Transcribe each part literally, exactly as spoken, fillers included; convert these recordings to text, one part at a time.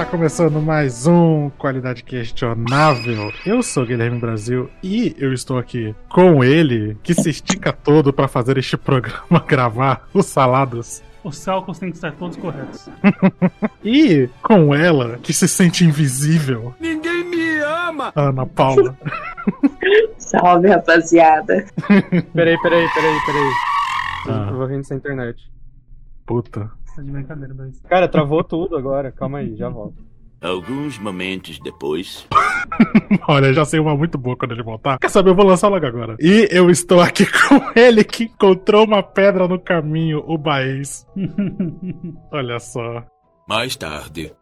Está começando mais um Qualidade Questionável. Eu sou o Guilherme Brasil e eu estou aqui com ele, que se estica todo para fazer este programa gravar, os Salados. Os cálculos têm que estar todos corretos. E com ela, que se sente invisível. Ninguém me ama! Ana Paula. Salve, rapaziada. Peraí, peraí, peraí, peraí. Ah. Eu vou rir nessa internet. Puta. Tá de brincadeira, dois. Cara, travou tudo agora. Calma aí, já volto. Alguns momentos depois. Olha, já sei uma muito boa quando ele voltar. Quer saber? Eu vou lançar logo agora. E eu estou aqui com ele que encontrou uma pedra no caminho, o Baez. Olha só. Mais tarde.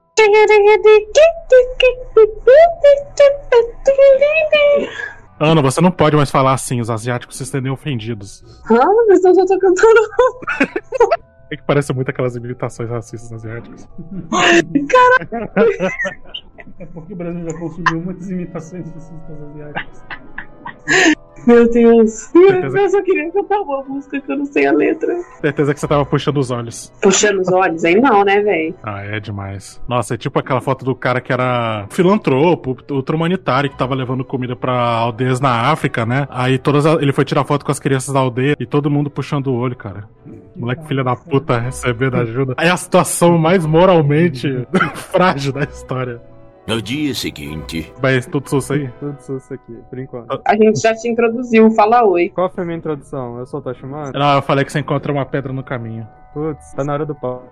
Ana, você não pode mais falar assim, os asiáticos se estendem ofendidos. Ah, mas eu já tô cantando. É que parece muito aquelas imitações racistas asiáticas. Caralho! É porque o Brasil já consumiu muitas imitações racistas asiáticas. Meu Deus. Certeza Eu só queria cantar uma música que eu não sei a letra. Certeza que você tava puxando os olhos. Puxando os olhos, aí não, né, velho? Ah, é demais. Nossa, é tipo aquela foto do cara que era filantropo, ultra-humanitário, que tava levando comida pra aldeias na África, né? Aí todas a... ele foi tirar foto com as crianças da aldeia e todo mundo puxando o olho, cara. Moleque filha da puta recebendo ajuda. Aí a situação mais moralmente frágil da história. No dia seguinte. Mas tudo susto aí? Tudo isso aqui, por enquanto. A gente já te introduziu, fala oi. Qual foi a minha introdução? Eu sou o Toshimano? Não, eu falei que você encontra uma pedra no caminho. Putz, tá na hora do pau.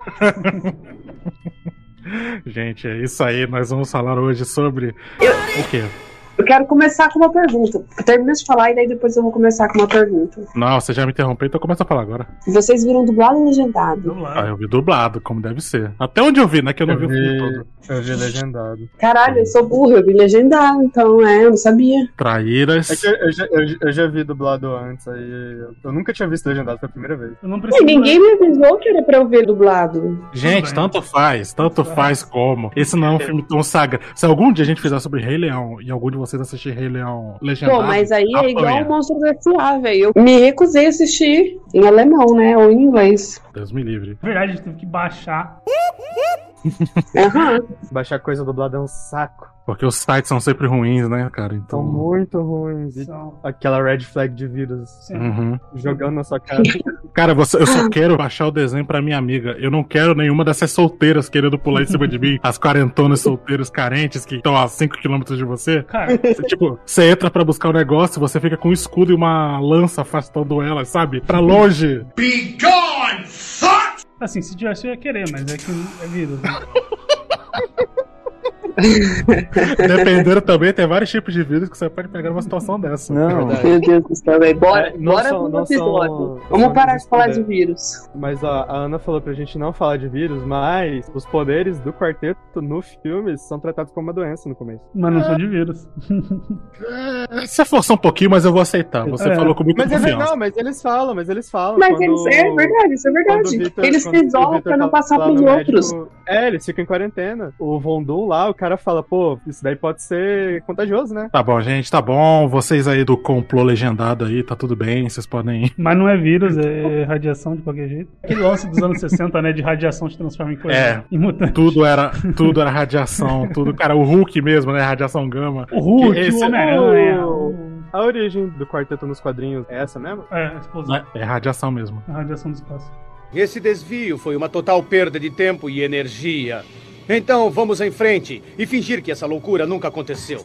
Gente, é isso aí. Nós vamos falar hoje sobre... Eu... O quê? Eu quero começar com uma pergunta. Termina de falar e daí depois eu vou começar com uma pergunta. Não, você já me interrompeu, então começa a falar agora. Vocês viram dublado ou legendado? Ah, eu vi dublado, como deve ser. Até onde eu vi, né? Que eu não Eu vi o filme todo. Eu vi legendado. Caralho, eu sou burro, eu vi legendado, então é, eu não sabia. Traíras. É que eu, eu já, eu, eu já vi dublado antes, aí eu, eu nunca tinha visto legendado, foi a primeira vez. Eu não E preciso. ninguém me avisou que era pra eu ver dublado. Gente, tanto faz, tanto faz como. Esse não é um filme tão saga. Se algum dia a gente fizer sobre Rei Leão e algum de vocês assistir Rei Leão legendado... Pô, mas aí é igual apanha. o Monstro do S A, velho. Eu me recusei a assistir em alemão, né, ou em inglês. Deus me livre. Na verdade, a gente teve que baixar. Aham. Baixar coisa dublada é um saco. Porque os sites são sempre ruins, né, cara? São Então... muito ruins. E São... aquela red flag de vírus Uhum. jogando na sua cara. Cara, você, eu só quero baixar o desenho pra minha amiga. Eu não quero nenhuma dessas solteiras querendo pular em cima de mim. As quarentonas solteiras carentes que estão a cinco quilômetros de você. Cara, Você, tipo, você entra pra buscar o negócio, você fica com um escudo e uma lança afastando ela, sabe? Pra longe. Be gone, fuck! assim, se tivesse eu ia querer, mas é que é vírus, né? Dependendo também, tem vários tipos de vírus que você pode pegar numa situação dessa. Não, Meu Deus do céu, velho. Bora, É, não bora são- pro não episódio. são- Vamos são parar de falar de poderes. vírus. Mas ó, a Ana falou pra gente não falar de vírus, mas os poderes do quarteto no filme são tratados como uma doença no começo. Mas não são de vírus. É, você forçou um pouquinho, mas eu vou aceitar. Você É. falou com muita Mas é verdade, confiança. não, mas eles falam, mas eles falam. Mas quando, eles, é verdade, isso é quando o verdade. Victor- Eles quando se o isolam Victor pra não tá passar lá pros no outros. médico- É, eles ficam em quarentena. O Vondum lá, o cara fala, pô, isso daí pode ser contagioso, né? Tá bom, gente, tá bom. Vocês aí do complô legendado aí, tá tudo bem. Vocês podem... Mas não é vírus, é radiação de qualquer jeito. Aquele lance dos anos sessenta, né? De radiação te transforma em coisa. É. Em mutante. Tudo era, tudo era radiação, tudo... Cara, o Hulk mesmo, né? Radiação gama. O Hulk, Que esse- o Homem-Aranha. Oh. o- A origem do quarteto nos quadrinhos é essa mesmo? É, a explosão. É, é radiação mesmo. A radiação do espaço. Esse desvio foi uma total perda de tempo e energia. Então vamos em frente e fingir que essa loucura nunca aconteceu.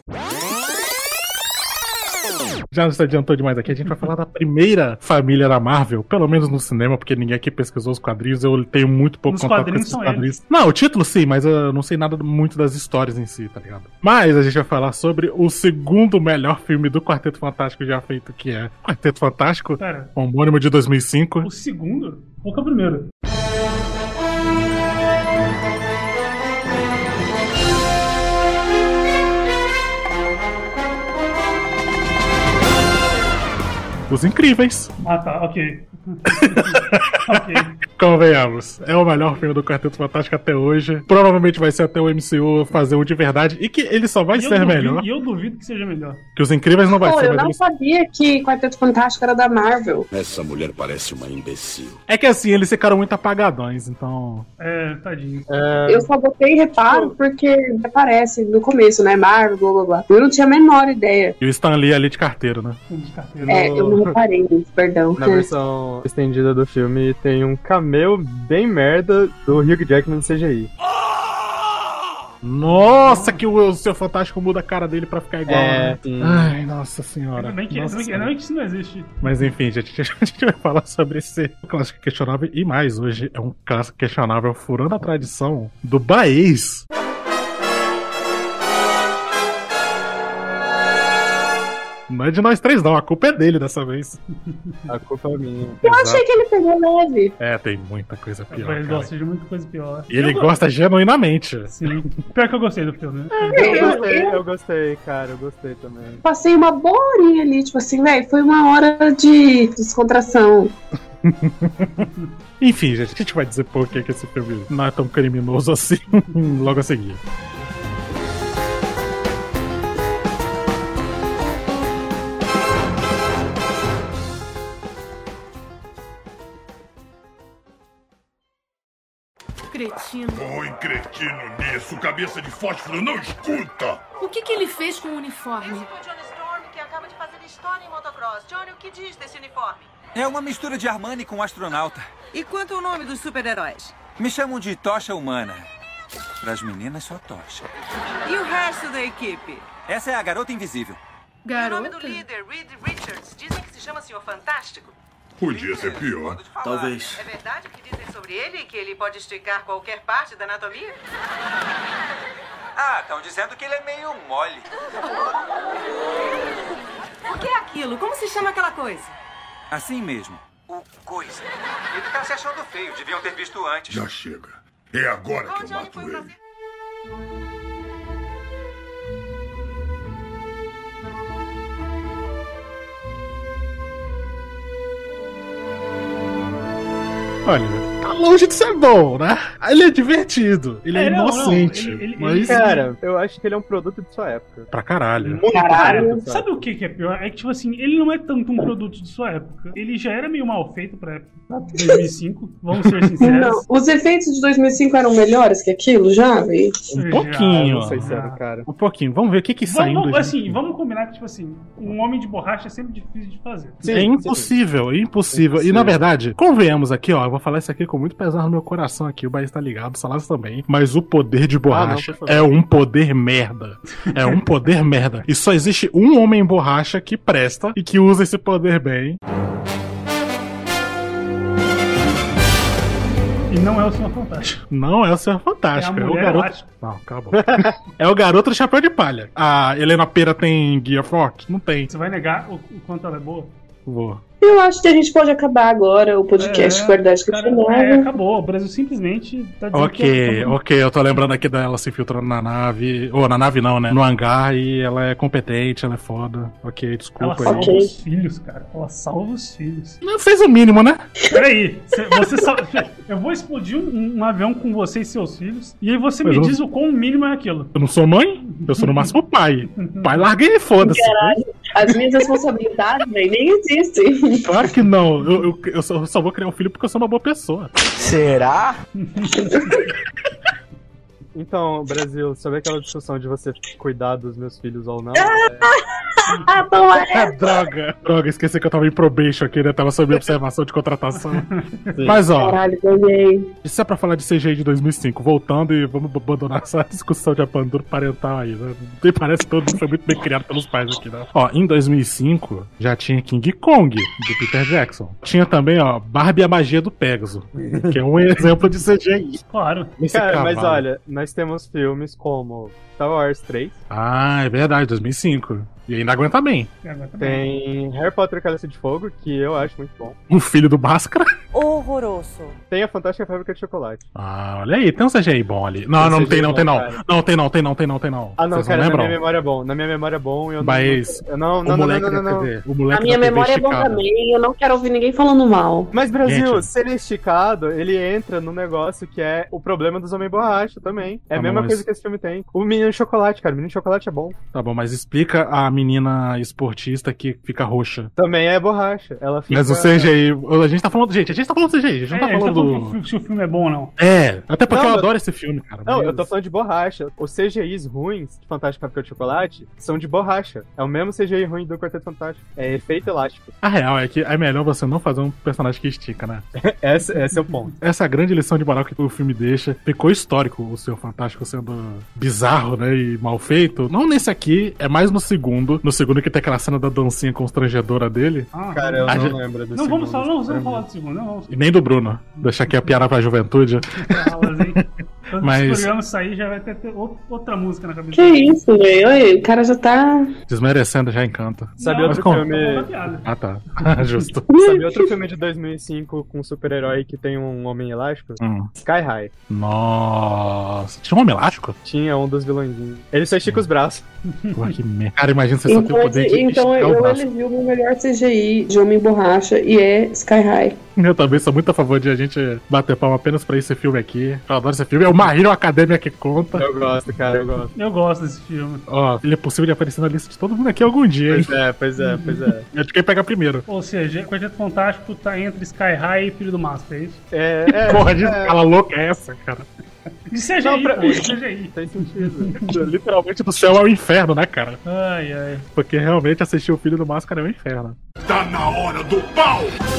Já se adiantou demais aqui, a gente vai falar da primeira família da Marvel, pelo menos no cinema, porque ninguém aqui pesquisou os quadrinhos, eu tenho muito pouco Nos contato com quadrinhos esses são quadrinhos. Não, o título sim, mas eu não sei nada muito das histórias em si, tá ligado? Mas a gente vai falar sobre o segundo melhor filme do Quarteto Fantástico já feito, que é Quarteto Fantástico, Pera, homônimo de dois mil e cinco. o segundo? Qual que é o primeiro? O Os Incríveis. Ah, tá, ok. Ok. Convenhamos, é o melhor filme do Quarteto Fantástico até hoje. Provavelmente vai ser até o M C U fazer um de verdade. E que ele só vai E eu ser duvido- melhor. E eu duvido que seja melhor. Que Os Incríveis não vai Pô, ser, eu mas não eles... sabia que Quarteto Fantástico era da Marvel. Essa mulher parece uma imbecil. É que assim, eles ficaram muito apagadões, então... É, tadinho. É, Eu só botei reparo porque aparece no começo, né? Marvel, blá blá blá. Eu não tinha a menor ideia. E o Stan Lee ali de carteiro, né? Fundo de carteira. É, eu não reparei nisso, perdão. na versão estendida do filme tem um cameo bem merda do Hugh Jackman no C G I. Nossa, que o, o Seu Fantástico muda a cara dele pra ficar igual, É, né? sim. Ai, nossa senhora. Ainda bem que, Nossa ainda bem que- ainda bem que isso não existe. Mas enfim, gente, a gente vai falar sobre esse clássico questionável e mais. Hoje é um clássico questionável furando a tradição do Baez. Não é de nós três, não. A culpa é dele dessa vez. A culpa é minha. Eu achei que ele pegou leve. É, tem muita coisa pior. Ele Cara. gosta de muita coisa pior. E ele Eu gosta genuinamente. go- Sim. Pior que eu gostei do filme. Né? Eu Eu, gostei, eu eu gostei, cara, eu gostei também. passei uma boa horinha ali, tipo assim, velho, foi uma hora de descontração. Enfim, gente, a gente vai dizer por que que esse filme não é tão criminoso assim logo a seguir. Cretino. Põe cretino nisso, cabeça de fósforo, não escuta! O que, que ele fez com o uniforme? Esse foi o Johnny Storm, que acaba de fazer história em motocross. Johnny, o que diz desse uniforme? É uma mistura de Armani com astronauta. E quanto ao nome dos super-heróis? Me chamam de Tocha Humana. Para as meninas, só Tocha. E o resto da equipe? Essa é a Garota Invisível. E o nome Garota? do líder, Reed Richards, dizem que se chama Senhor Fantástico. Podia ser pior. Modo de falar. Talvez. É verdade o que dizem sobre ele? Que ele pode esticar qualquer parte da anatomia? Ah, estão dizendo que ele é meio mole. O que é aquilo? Como se chama aquela coisa? Assim mesmo. O coisa. Ele tá se achando feio. Deviam ter visto antes. Já chega. É agora Bom, que eu Johnny mato foi pra ele. Olha, tá longe de ser bom, né? Ele é divertido, ele é, É, não, não, inocente, ele- ele- mas Cara, eu acho que ele é um produto de sua época. pra caralho. Caralho. Sabe o que, que é pior? É que, tipo assim, ele não é tanto um produto de sua época. Ele já era meio mal feito pra época. dois mil e cinco, vamos ser sinceros. Não, os efeitos de dois mil e cinco eram melhores que aquilo, já, velho? Um Já, pouquinho. Não sei se era, cara. Um pouquinho, vamos ver o que que Vamos, saiu. vamos- assim, vamos combinar que, tipo assim, um homem de borracha é sempre difícil de fazer. É impossível, é impossível. E na verdade, convenhamos aqui, ó, eu vou falar isso aqui com muito pesar no meu coração aqui, o Bahia está ligado, o Salas também, mas o poder de borracha Ah, não, por favor. é um poder merda. É um poder merda. E só existe um homem borracha que presta e que usa esse poder bem. E não é o Senhor Fantástico. Não é o Senhor Fantástico, É é, a o mulher garoto. elástica. Não, acabou. É o garoto do chapéu de palha. A Helena Pera tem guia forte? Não tem. Você vai negar o, o quanto ela é boa? Vou. Eu acho que a gente pode acabar agora o podcast É, Verdade cara, Questionável. é, acabou. O Brasil simplesmente tá dizendo que Ok, é- ok, eu tô lembrando aqui dela se infiltrando na nave. Ou na nave não, né? No hangar e ela é competente, ela é foda. Ok, Ela desculpa salva aí. os filhos, cara. Ela salva os filhos. Não fez o mínimo, né? Peraí, cê- você salva... eu vou explodir um, um avião com você e seus filhos, e aí você Mas me eu- diz o quão mínimo é aquilo. Eu não sou mãe, eu sou no máximo pai. Pai, larga ele, foda-se. As minhas responsabilidades, velho, nem existem. Claro que não. Eu, eu, eu só, eu só vou criar um filho porque eu sou uma boa pessoa. Será? Então, Brasil, sobre aquela discussão de você cuidar dos meus filhos ou não? Ah, não é. Ah, droga. Droga, esqueci que eu tava em probation aqui, né? Tava sob observação de contratação. Mas, ó, Caralho, ganhei. isso é pra falar de C G I de dois mil e cinco. Voltando e vamos abandonar essa discussão de abandoro parental aí, né? Me parece que todo mundo foi muito bem criado pelos pais aqui, né? Ó, em dois mil e cinco já tinha King Kong, do Peter Jackson. Tinha também, ó, Barbie e a Magia do Pegasus, que é um exemplo de C G I. Claro. Esse Cara, mas cavalo. olha, nós temos filmes como Star Wars três. Ah, é verdade, dois mil e cinco. E ainda aguenta bem. Tem Harry Potter e Cálice de Fogo, que eu acho muito bom. O filho do Bhaskara. Horroroso. Tem a Fantástica Fábrica de Chocolate. Ah, olha aí, tem um C G I bom ali. Não, não, não tem, não, tem não. Não, tem não, tem não, tem não, tem não. Ah, não, Vocês cara, não na lembram? minha memória é bom. Na minha memória é bom e eu não... Mas eu não, não, o não, moleque não, não, da não. T V, o moleque A minha da T V memória é bom esticado. também, eu não quero ouvir ninguém falando mal. Mas, Brasil, Gente. se ele é esticado, ele entra no negócio que é o problema dos Homem Borracha também. É Tá a mesma bom, coisa mas- que esse filme tem. O Menino Chocolate, cara. O Menino Chocolate é bom. Tá bom, mas explica a menina esportista que fica roxa. Também é borracha. Ela fica... Mas o C G I, a gente tá falando, gente, a gente tá falando do C G I, a gente não tá É, falando tá do... se o filme é bom ou não. É, até porque Não, eu mas- adoro esse filme, cara. Não, mas- eu tô falando de borracha. Os C G Is ruins de Fantástica Fábrica de Chocolate são de borracha. É o mesmo C G I ruim do Quarteto Fantástico. É efeito elástico. A real é que é melhor você não fazer um personagem que estica, né? esse, esse é o ponto. Essa é a grande lição de moral que o filme deixa. Ficou histórico o Senhor Fantástico sendo bizarro, né, e mal feito. Não nesse aqui, é mais no segundo. No segundo que tem aquela cena da dancinha constrangedora dele. Ah, Cara, eu A não gente- lembro desse não vamos segundo. falar, não, vamos falar do segundo, não vamos E nem do Bruno. Deixar aqui a piada pra juventude. falar, hein? Quando Mas- esse programa sair, já vai ter, ter ou- outra música na cabeça. Que isso, velho? Olha, o cara já tá. Desmerecendo já encanta. Sabe Não, outro como? filme... Tá bom, tá piada. Ah, tá. Justo. Sabe outro filme de dois mil e cinco com um super-herói que tem um homem elástico? Hum. Sky High. Nossa. Tinha um homem elástico? Tinha um dos vilõezinhos. Ele só estica os braços. Porra, que merda. Cara, imagina você só ter o Então, poder de então esticar o eu braço. elegi o meu melhor C G I de Homem Borracha e é Sky High. Eu também sou muito a favor de a gente bater palma apenas pra esse filme aqui. Eu adoro esse filme. É o My Hero Academia que conta. Eu gosto, cara, eu gosto. Eu gosto desse filme. Ó, ele é possível de aparecer na lista de todo mundo aqui algum dia, hein? Pois é, pois é, pois é. É de quem pega primeiro. Ou seja, o Quarteto Fantástico tá entre Sky High e Filho do Máscara, é isso? É, é, Porra de é, escala louca é essa, cara? De C G I, Não, pra- pô, de C G I. tem sentido. Literalmente do céu ao inferno, né, cara? Ai, ai. Porque realmente assistir o Filho do Máscara é um inferno. Tá na hora do pau!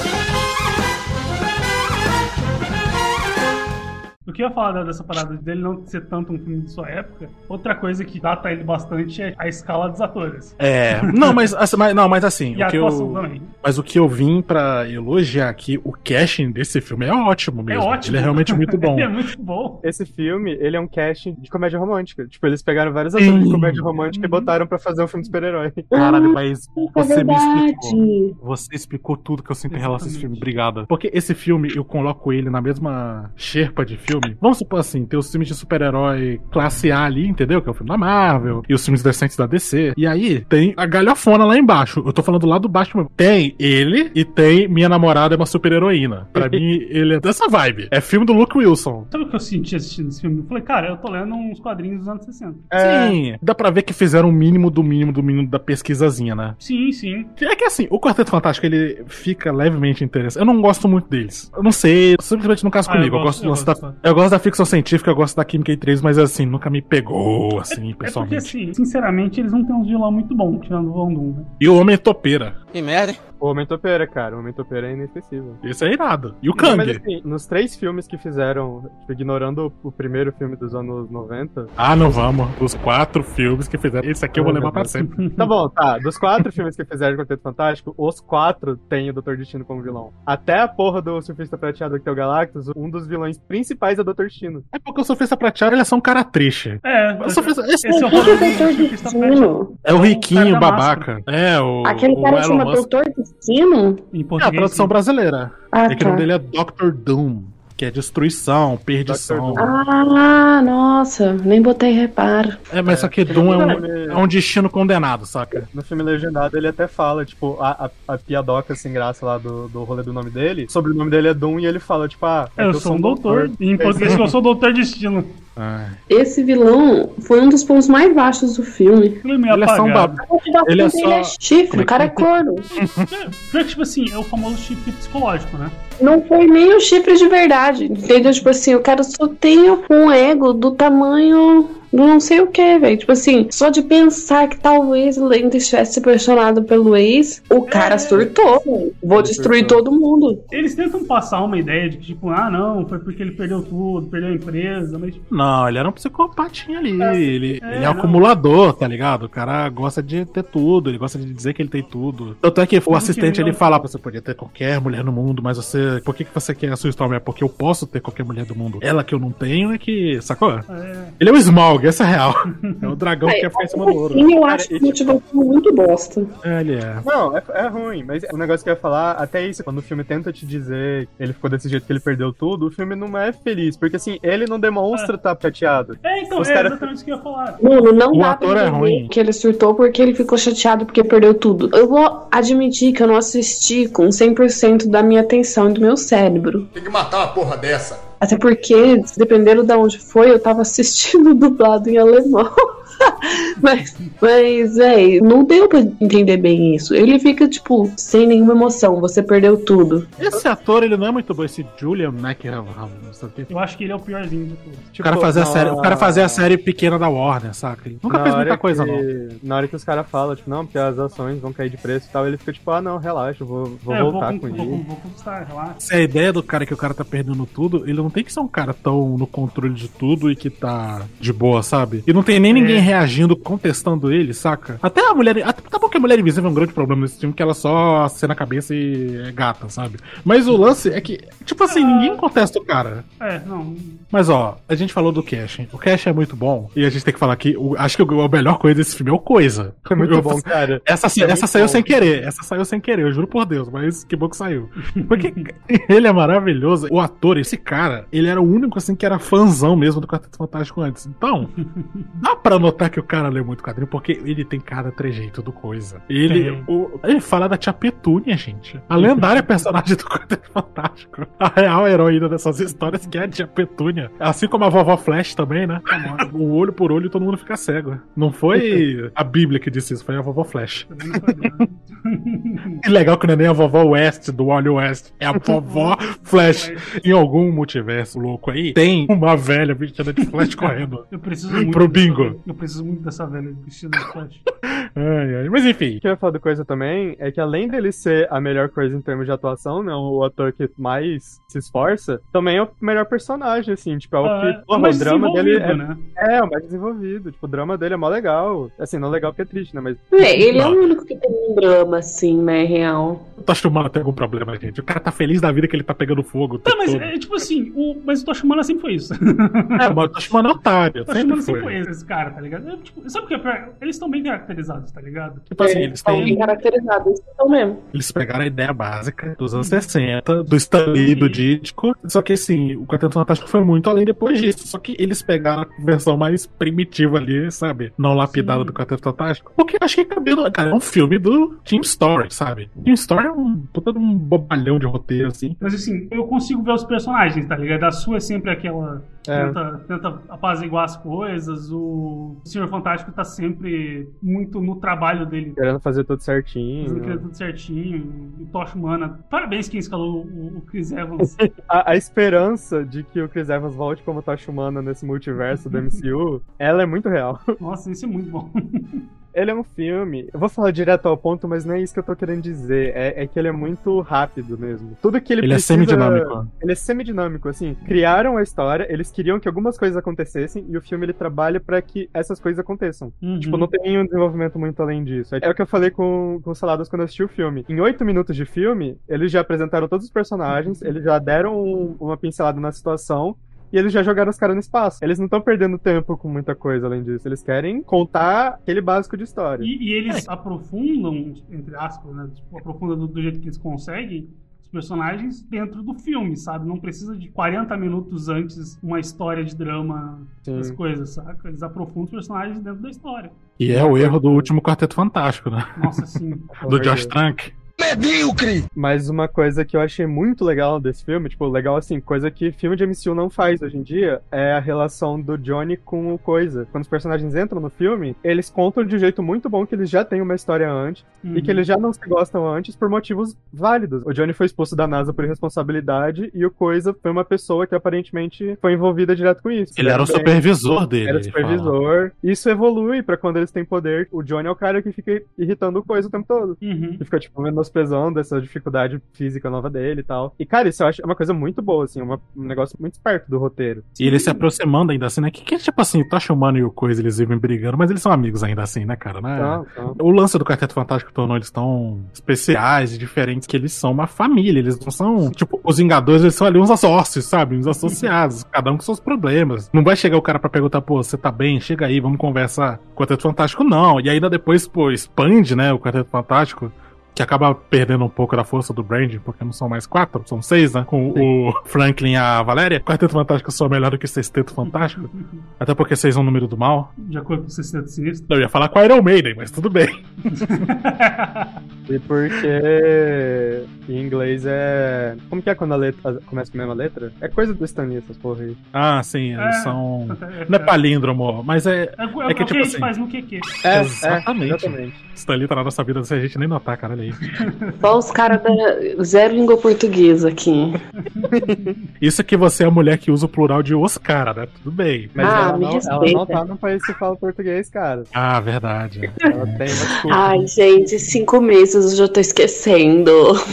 O que eu ia falar dessa parada dele não ser tanto um filme de sua época, outra coisa que data ele bastante é a escala dos atores. É. Não, mas, assim, mas- não, mas assim, E a o que atuação eu. também. Mas o que eu vim pra elogiar aqui, o casting desse filme é ótimo mesmo. É ótimo. Ele é realmente muito bom. Ele é muito bom. Esse filme, ele é um casting de comédia romântica. Tipo, eles pegaram vários atores de Sim. comédia romântica e botaram pra fazer um filme de super-herói. Caralho, mas É você me explicou. verdade. Você explicou tudo que eu sinto em relação a esse Exatamente. filme. Obrigado. Porque esse filme, eu coloco ele na mesma xerpa de filme. Vamos supor assim, tem os filmes de super-herói classe A ali, entendeu? Que é o filme da Marvel. E os filmes decentes da D C. E aí, tem a galhofona lá embaixo. Eu tô falando lá do baixo mesmo. Tem ele e tem Minha Namorada é uma Super-Heroína. Pra mim, ele é dessa vibe. É filme do Luke Wilson. Sabe o que eu senti assistindo esse filme? Eu falei, cara, eu tô lendo uns quadrinhos dos anos sessenta. Sim, dá pra ver que fizeram o mínimo do mínimo do mínimo da pesquisazinha, né? Sim, sim. É que assim, o Quarteto Fantástico, ele fica levemente interessante. Eu não gosto muito deles. Eu não sei, simplesmente não caso Ah, eu comigo. Eu gosto, gosto, do eu lance gosto, da, tá. eu gosto da ficção científica, eu gosto da química em três, mas assim, nunca me pegou, assim, É porque, pessoalmente. assim, sinceramente, eles não têm um vilão muito bom, tirando o Von Doom, né? E o Homem Topeira. Que merda, hein? O Homem Topeira, cara. O Homem Topeira é inesquecível. Esse é irado. E o Não, Kang. mas assim, nos três filmes que fizeram, tipo, ignorando o primeiro filme dos anos noventa. Ah, não vamos. Dos quatro filmes que fizeram. Esse aqui eu vou Ah, levar meu pra Deus. sempre. Tá bom, tá. Dos quatro filmes que fizeram de Quarteto Fantástico, os quatro têm o doutor Destino como vilão. Até a porra do Surfista Prateado que é o Galactus, um dos vilões principais é o doutor Destino. É porque o Surfista Prateado, ele é só um cara triste. É, O Surfista- esse esse é o Quem é o rolê Doutor do Surfista Prateado. Destino? é o riquinho, cara da babaca. É, o. Aquele o cara Elon chama Musk. Doutor Destino? Em É a português, tradução sim. brasileira. Ah, É que o nome tá. dele é doutor Doom, que é destruição, perdição. doutor Doom. Ah, nossa, nem botei reparo. É, mas só que Doom é um, é um destino condenado, saca? No filme legendado ele até fala, tipo, a, a, a piadoca sem graça lá do, do rolê do nome dele. Sobre o nome dele é Doom e ele fala, tipo, ah, é Eu que sou um doutor. E em português, eu sou doutor Destino. Ai. Esse vilão foi um dos pontos mais baixos do filme. Ele é meio Ele é só um apagado. bab... A motivação Ele é dele só- é chifre, Como é o cara é que- corno. Pior que, tipo assim, é o famoso chip psicológico, né? Não foi nem o chifre de verdade, entendeu? Tipo assim, o cara só tem um ego do tamanho do não sei o que, velho. Tipo assim, só de pensar que talvez ele ainda estivesse apaixonado pelo ex, o cara É. surtou, velho. Vou Ele destruir surtou. todo mundo. Eles tentam passar uma ideia de que, tipo, ah, não, foi porque ele perdeu tudo, perdeu a empresa, mas, tipo, Não, ele era um psicopatinho ali. Ele, É, ele é um não. acumulador, tá ligado? O cara gosta de ter tudo, ele gosta de dizer que ele tem tudo. Tanto é que o Tudo assistente que ele não- fala: você podia ter qualquer mulher no mundo, mas você. Por que, que você quer a sua Storm? É porque eu posso ter qualquer mulher do mundo. Ela que eu não tenho é que. Sacou? é, Ele é o Smaug esse é real. É o dragão que quer ficar em cima do ouro. Sim, eu acho que motivação muito bosta. É, ele é. Não, é, é ruim, mas o negócio que eu ia falar, até isso, quando o filme tenta te dizer que ele ficou desse jeito que ele perdeu tudo, o filme não é feliz, porque assim, ele não demonstra estar chateado. É, então, Os é cara... exatamente isso que eu ia falar. Mano, não O dá ator pra é entender ruim. que ele surtou porque ele ficou chateado porque perdeu tudo. Eu vou admitir que eu não assisti com cem por cento da minha atenção e do meu cérebro. Tem que matar uma porra dessa. Até porque, dependendo de onde foi, eu tava assistindo dublado em alemão. mas, mas, véi, não deu pra entender bem isso. Ele fica, tipo, sem nenhuma emoção. Você perdeu tudo. Esse ator, ele não é muito bom. Esse Julian McHale, não sei o quê. Eu acho que ele é o piorzinho de todos. O cara fazer a na- série, o cara fazer a série pequena da Warner, saca? Ele nunca Na fez muita hora coisa, que- não. Na hora que os caras falam, tipo, não, porque as ações vão cair de preço e tal, ele fica tipo, ah, não, relaxa, eu vou, vou é, eu voltar vou, com con- vou, isso. vou conquistar, relaxa. Se a ideia do cara é que o cara tá perdendo tudo, ele não tem que ser um cara tão no controle de tudo e que tá de boa, sabe? E não tem nem ninguém É. reagindo, contestando ele, saca? Até a mulher. Até, tá bom que a Mulher Invisível é um grande problema nesse filme, que ela só acena a cabeça e é gata, sabe? Mas o lance é que, tipo assim, Ah. ninguém contesta o cara. É, não. Mas ó, a gente falou do Cash, hein? O Cash é muito bom. E a gente tem que falar que o- acho que o- a melhor coisa desse filme é o Coisa. É muito Eu- bom, cara. Essa, É essa muito saiu bom. sem querer, essa saiu sem querer, eu juro por Deus, mas que bom que saiu. Porque ele é maravilhoso. O ator, esse cara, ele era o único assim que era fãzão mesmo do Quarteto Fantástico antes. Então, dá pra notar que o cara lê muito quadrinho, porque ele tem cada trejeito do Coisa. Ele, Tem. o- ele fala da Tia Petúnia, gente. A lendária personagem do Quarteto Fantástico. A real heroína dessas histórias que é a Tia Petúnia. Assim como a vovó Flash também, né? O olho por olho todo mundo fica cego. Não foi a Bíblia que disse isso, foi a vovó Flash. Também não foi nada. E legal que não é nem a vovó West do Wally West, é a vovó Flash. Em algum multiverso louco aí, tem uma velha vestida de Flash correndo. Eu preciso muito Pro dessa bingo. velha- Eu preciso muito dessa velha vestida de Flash. Ai, ai. Mas enfim. O que eu ia falar do Coisa também é que além dele ser a melhor coisa em termos de atuação, né, o ator que mais se esforça, também é o melhor personagem, assim, tipo, é o Ah, que, é porra, mais o drama dele é, desenvolvido, né? é o mais desenvolvido, tipo, o drama dele é mó legal, assim, não legal porque é triste, né, mas É, ele é Não. o único que tem um drama, assim, né, real. O Tosh Humana tem algum problema, gente. O cara tá feliz da vida que ele tá pegando fogo. o Tá, tempo mas todo. é tipo assim, o, mas o Toshimana sempre foi isso. É, mas o Tosh Humana é otário. O Sempre Toshimana foi. sempre foi esse, esse cara, tá ligado? É, tipo, sabe o que é pior? Eles estão bem caracterizados, tá ligado? Tipo assim, eles São bem têm. caracterizados, então mesmo. Eles pegaram a ideia básica dos anos sessenta, do Stan Lee, do Ditko. Só que assim, o Quarteto Fantástico foi muito além depois disso. Só que eles pegaram a versão mais primitiva ali, sabe? Não lapidada Sim. do Quarteto Fantástico. Porque eu acho que cabelo, cara, é um filme do Team Story, sabe? Team Story é um puta de um bobalhão de roteiro, assim. Mas assim, eu consigo ver os personagens, tá ligado? A sua é sempre aquela. É. Tenta, tenta apaziguar as coisas. O Senhor Fantástico tá sempre muito no trabalho dele. querendo fazer tudo certinho. Fazendo aquilo tudo certinho. E o Tosh Humana. Parabéns quem escalou o, o Chris Evans. A, a esperança de que o Chris Evans volte como Tocha Humana nesse multiverso do M C U, ela é muito real. Nossa, isso é muito bom. Ele é um filme, eu vou falar direto ao ponto, mas não é isso que eu tô querendo dizer, é, é que ele é muito rápido mesmo. Tudo que ele, Ele precisa... é semidinâmico. Ele é semidinâmico, assim, criaram a história, eles queriam que algumas coisas acontecessem, e o filme ele trabalha pra que essas coisas aconteçam. Uhum. Tipo, não tem um desenvolvimento muito além disso. É o que eu falei com, com o Saladas quando eu assisti o filme. Em oito minutos de filme, eles já apresentaram todos os personagens, eles já deram um- uma pincelada na situação, e eles já jogaram os caras no espaço. Eles não estão perdendo tempo com muita coisa além disso. Eles querem contar aquele básico de história. E, e eles aprofundam, entre aspas, né? Tipo, aprofundam do, do jeito que eles conseguem os personagens dentro do filme, sabe? Não precisa de quarenta minutos antes uma história de drama, Sim. as coisas, saca? Eles aprofundam os personagens dentro da história. E é o erro do último Quarteto Fantástico, né? Nossa, sim. Do Josh Trank. Medíocre! Mas uma coisa que eu achei muito legal desse filme, tipo, legal assim, coisa que filme de M C U não faz hoje em dia, é a relação do Johnny com o Coisa. Quando os personagens entram no filme, eles contam de um jeito muito bom que eles já têm uma história antes, Uhum. e que eles já não se gostam antes por motivos válidos. O Johnny foi expulso da NASA por irresponsabilidade, e o Coisa foi uma pessoa que aparentemente foi envolvida direto com isso. Ele era o Bem- supervisor dele. Era o ele fala. supervisor. Isso evolui pra quando eles têm poder. O Johnny é o cara que fica irritando o Coisa o tempo todo. Uhum. E fica, tipo, menosprezando menosprezando essa dificuldade física nova dele e tal. E, cara, isso eu acho uma coisa muito boa, assim, uma, um negócio muito esperto do roteiro. E ele se aproximando ainda assim, né? Que, que tipo assim, o Tocha Humana e o Coisa, eles vivem brigando, mas eles são amigos ainda assim, né, cara? Né? Não, não. O lance do Quarteto Fantástico tornou eles tão especiais e diferentes que eles são uma família. Eles não são, tipo, os Vingadores, eles são ali uns sócios, sabe? Uns associados, cada um com seus problemas. Não vai chegar o cara pra perguntar, pô, você tá bem? Chega aí, vamos conversar. O Quarteto Fantástico não. E ainda depois, pô, expande, né, o Quarteto Fantástico, que acaba perdendo um pouco da força do Brandon, porque não são mais quatro, são seis, né? Com Sim. o Franklin e a Valéria. Quarteto Fantástico só é melhor do que Sexteto Fantástico. Até porque seis é um número do mal. De acordo com o Sexteto Sinistro. Eu ia falar com Iron Maiden, mas tudo bem. E porque em inglês é... Como que é quando a letra começa com a mesma letra? É coisa do Stan Lee, essas porra aí. Ah, sim, eles É, são... é, Não é palíndromo, mas é... É, é, É é que, o que tipo a gente assim... faz no Q Q. É, Exatamente. É, exatamente. Stan Lee tá na nossa vida sem a gente nem notar, cara, olha aí. Só os caras da zero língua portuguesa aqui. Isso que você é a mulher que usa o plural de os cara, né? Tudo bem. Mas Ah, ela, me não, ela respeita. não tá num país que fala português, cara. Ah, verdade. Ela tem uma desculpa. Ai, gente, cinco meses eu já tô esquecendo.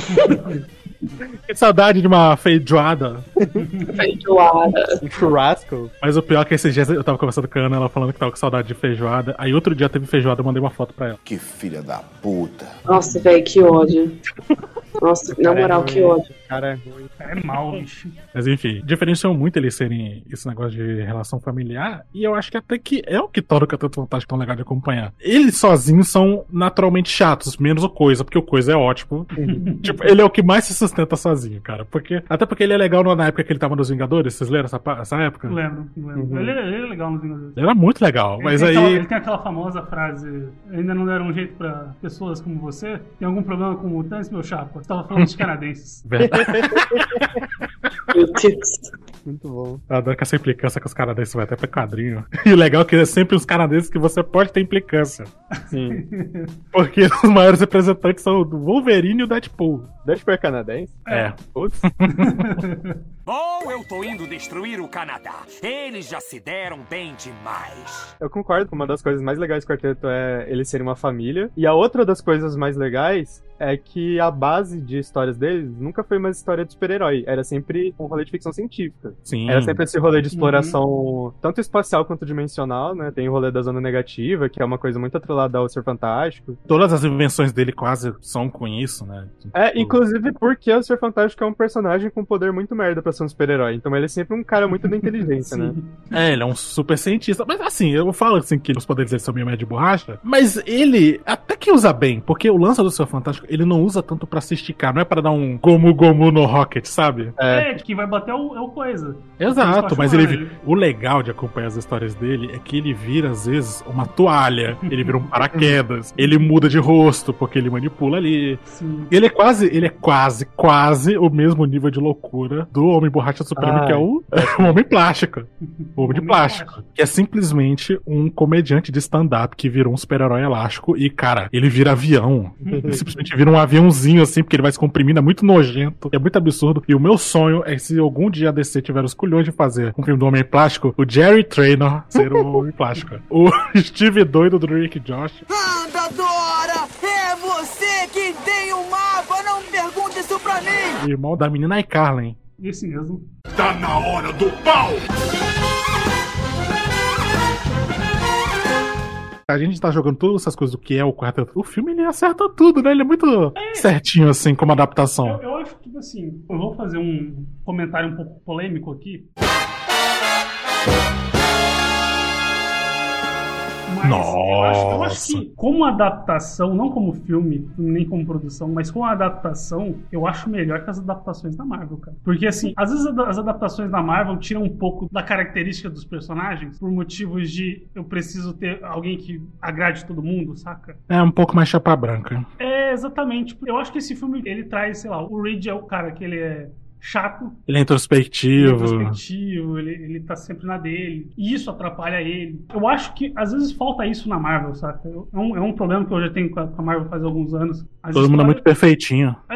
Que saudade de uma feijoada. Feijoada. Um churrasco. Mas o pior é que esses dias eu tava conversando com a Ana, ela falando que tava com saudade de feijoada. Aí outro dia teve feijoada, eu mandei uma foto pra ela. Que filha da puta. Nossa, velho, que ódio. Nossa, na moral, que ódio. Cara, é ruim. É mal, bicho. Mas enfim, diferenciam muito eles serem esse negócio de relação familiar. E eu acho que até que é o que torna o Quarteto Fantástico tão legal de acompanhar. Eles sozinhos são naturalmente chatos, menos o Coisa, porque o Coisa é ótimo. Tipo, ele é o que mais se sustenta sozinho, cara. Porque, até porque ele é legal na época que ele tava nos Vingadores. Vocês leram essa, essa época? Lembro, lembro. Uhum. Ele, ele é legal nos Vingadores. Ele era muito legal, Ele mas tem aí... aquela- ele tem aquela famosa frase: ainda não deram um jeito pra pessoas como você? Tem algum problema com mutantes, meu chapa? Você tava falando de canadenses. Verdade. Meu Deus. Muito bom. Eu adoro que essa implicância com os canadenses vai até pra quadrinho. E o legal é que é sempre os canadenses que você pode ter implicância. Sim. Porque os maiores representantes são o Wolverine e o Deadpool. Deadpool é canadense? É. Putz. Bom, eu tô indo destruir o Canadá. Eles já se deram bem demais. Eu concordo que uma das coisas mais legais do quarteto é eles serem uma família. E a outra das coisas mais legais é que a base de histórias deles nunca foi uma história de super-herói. Era sempre um rolê de ficção científica. Sim. Era sempre esse rolê de exploração, tanto espacial quanto dimensional, né? Tem o rolê da zona negativa, que é uma coisa muito atrelada ao Ser Fantástico. Todas as invenções dele quase são com isso, né? É, inclusive porque o Ser Fantástico é um personagem com poder muito merda pra ser um super-herói. Então ele é sempre um cara muito da inteligência, né? É, ele é um super cientista. Mas assim, eu falo assim que os poderes dele são meio médio de borracha, mas ele até que usa bem, porque o lance do Ser Fantástico, ele não usa tanto pra se esticar, não é pra dar um gomu gomu no Rocket, sabe? É, de quem vai bater é o, é o Coisa. Exato, mas Ele ele, o legal de acompanhar as histórias dele é que ele vira, às vezes, uma toalha, ele vira um paraquedas, ele muda de rosto, porque ele manipula ali. Sim. Ele é quase, ele é quase, quase o mesmo nível de loucura do Homem Borracha Supremo, Ai. que é o, o Homem Plástico. O Homem de Homem Plástico. Plástico. Que é simplesmente um comediante de stand-up que virou um super-herói elástico e, cara, ele vira avião. Ele simplesmente vira um aviãozinho, assim, porque ele vai se comprimindo, é muito nojento, é muito absurdo. E o meu sonho é, se algum dia a D C tiver os culhões de fazer um filme do Homem Plástico, o Jerry Traynor ser o Homem Plástico. O Steve doido do Rick Josh. Anda, Dora! É você que tem o mapa! Não pergunte isso pra mim! O irmão da menina iCarly. Esse mesmo. Tá na hora do pau! A gente tá jogando todas essas coisas do que é o quarteto. O filme, ele acerta tudo, né? Ele é muito certinho, assim, como adaptação. Eu, eu acho que, tipo assim, eu vou fazer um comentário um pouco polêmico aqui. Mas eu acho, eu acho que, como adaptação, não como filme, nem como produção, mas como adaptação, eu acho melhor que as adaptações da Marvel, cara. Porque, assim, às vezes as adaptações da Marvel tiram um pouco da característica dos personagens por motivos de eu preciso ter alguém que agrade todo mundo, saca? É um pouco mais chapa branca. É, exatamente. Eu acho que esse filme, ele traz, sei lá, o Reed é o cara que ele é chato. Ele é introspectivo. Ele é introspectivo, ele, ele tá sempre na dele. E isso atrapalha ele. Eu acho que às vezes falta isso na Marvel, saca? É um, é um problema que eu já tenho com a, com a Marvel faz alguns anos. As Todo mundo é muito perfeitinho. É,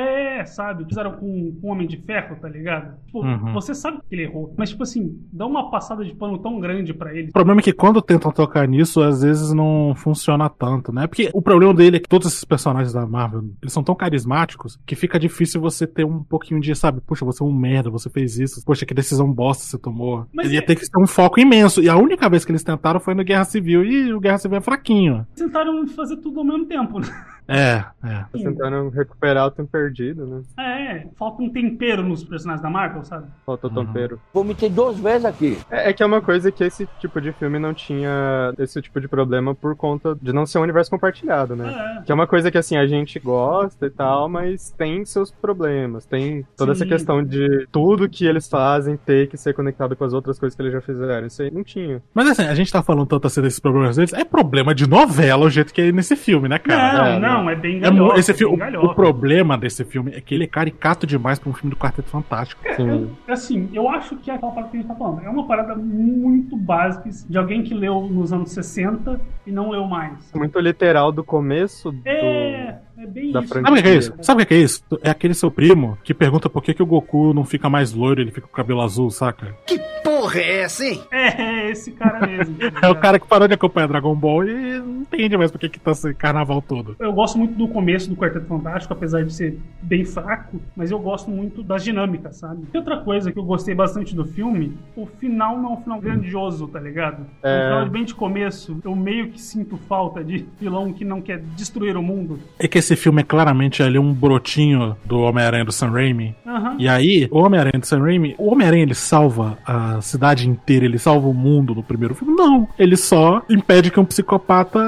sabe? Fizeram com o Homem de Ferro, tá ligado? Tipo, Uhum. você sabe que ele errou, mas tipo assim, dá uma passada de pano tão grande pra ele. O problema é que quando tentam tocar nisso, às vezes não funciona tanto, né? Porque o problema dele é que todos esses personagens da Marvel, eles são tão carismáticos que fica difícil você ter um pouquinho de, sabe, puxa, você é um merda, você fez isso, poxa, que decisão bosta você tomou. Mas Ele ia é- ter que ter um foco imenso. E a única vez que eles tentaram foi no Guerra Civil, e o Guerra Civil é fraquinho. Tentaram fazer tudo ao mesmo tempo, né? É, é. Tá tentando recuperar o tempo perdido, né? É, falta um tempero nos personagens da Marvel, sabe? Falta o Uhum. tempero. Vomitei duas vezes aqui. É, é que é uma coisa que esse tipo de filme não tinha esse tipo de problema por conta de não ser um universo compartilhado, né? É. Que é uma coisa que, assim, a gente gosta e tal, mas tem seus problemas. Tem toda Sim. essa questão de tudo que eles fazem ter que ser conectado com as outras coisas que eles já fizeram. Isso aí não tinha. Mas assim, a gente tá falando tanto assim desses problemas deles, é problema de novela o jeito que é nesse filme, né, cara? Não, não, é bem É mu- galhofa. esse é filme, bem o, galhofa. o problema desse filme é que ele é caricato demais pra um filme do Quarteto Fantástico. Sim. Assim, eu acho que é aquela parada que a gente tá falando. É uma parada muito básica de alguém que leu nos anos sessenta e não leu mais. Muito literal do começo do... É, é bem da isso. franquia. Sabe o que é isso? Sabe o que é isso? É aquele seu primo que pergunta por que, que o Goku não fica mais loiro, ele fica com o cabelo azul, saca? Que porra é essa, hein? É, é esse cara mesmo. tá É o ligado? cara que parou de acompanhar Dragon Ball e não entende mais por que, que tá esse carnaval todo. Eu gosto muito do começo do Quarteto Fantástico, apesar de ser bem fraco, mas eu gosto muito das dinâmicas, sabe? E outra coisa que eu gostei bastante do filme, o final não é um final grandioso, tá ligado? É. Um final bem de começo, eu meio que sinto falta de vilão que não quer destruir o mundo. É que esse filme é claramente ali um brotinho do Homem-Aranha do Sam Raimi. Aham. E aí, o Homem-Aranha do Sam Raimi, o Homem-Aranha ele salva a cidade inteira, ele salva o mundo no primeiro filme? Não. Ele só impede que um psicopata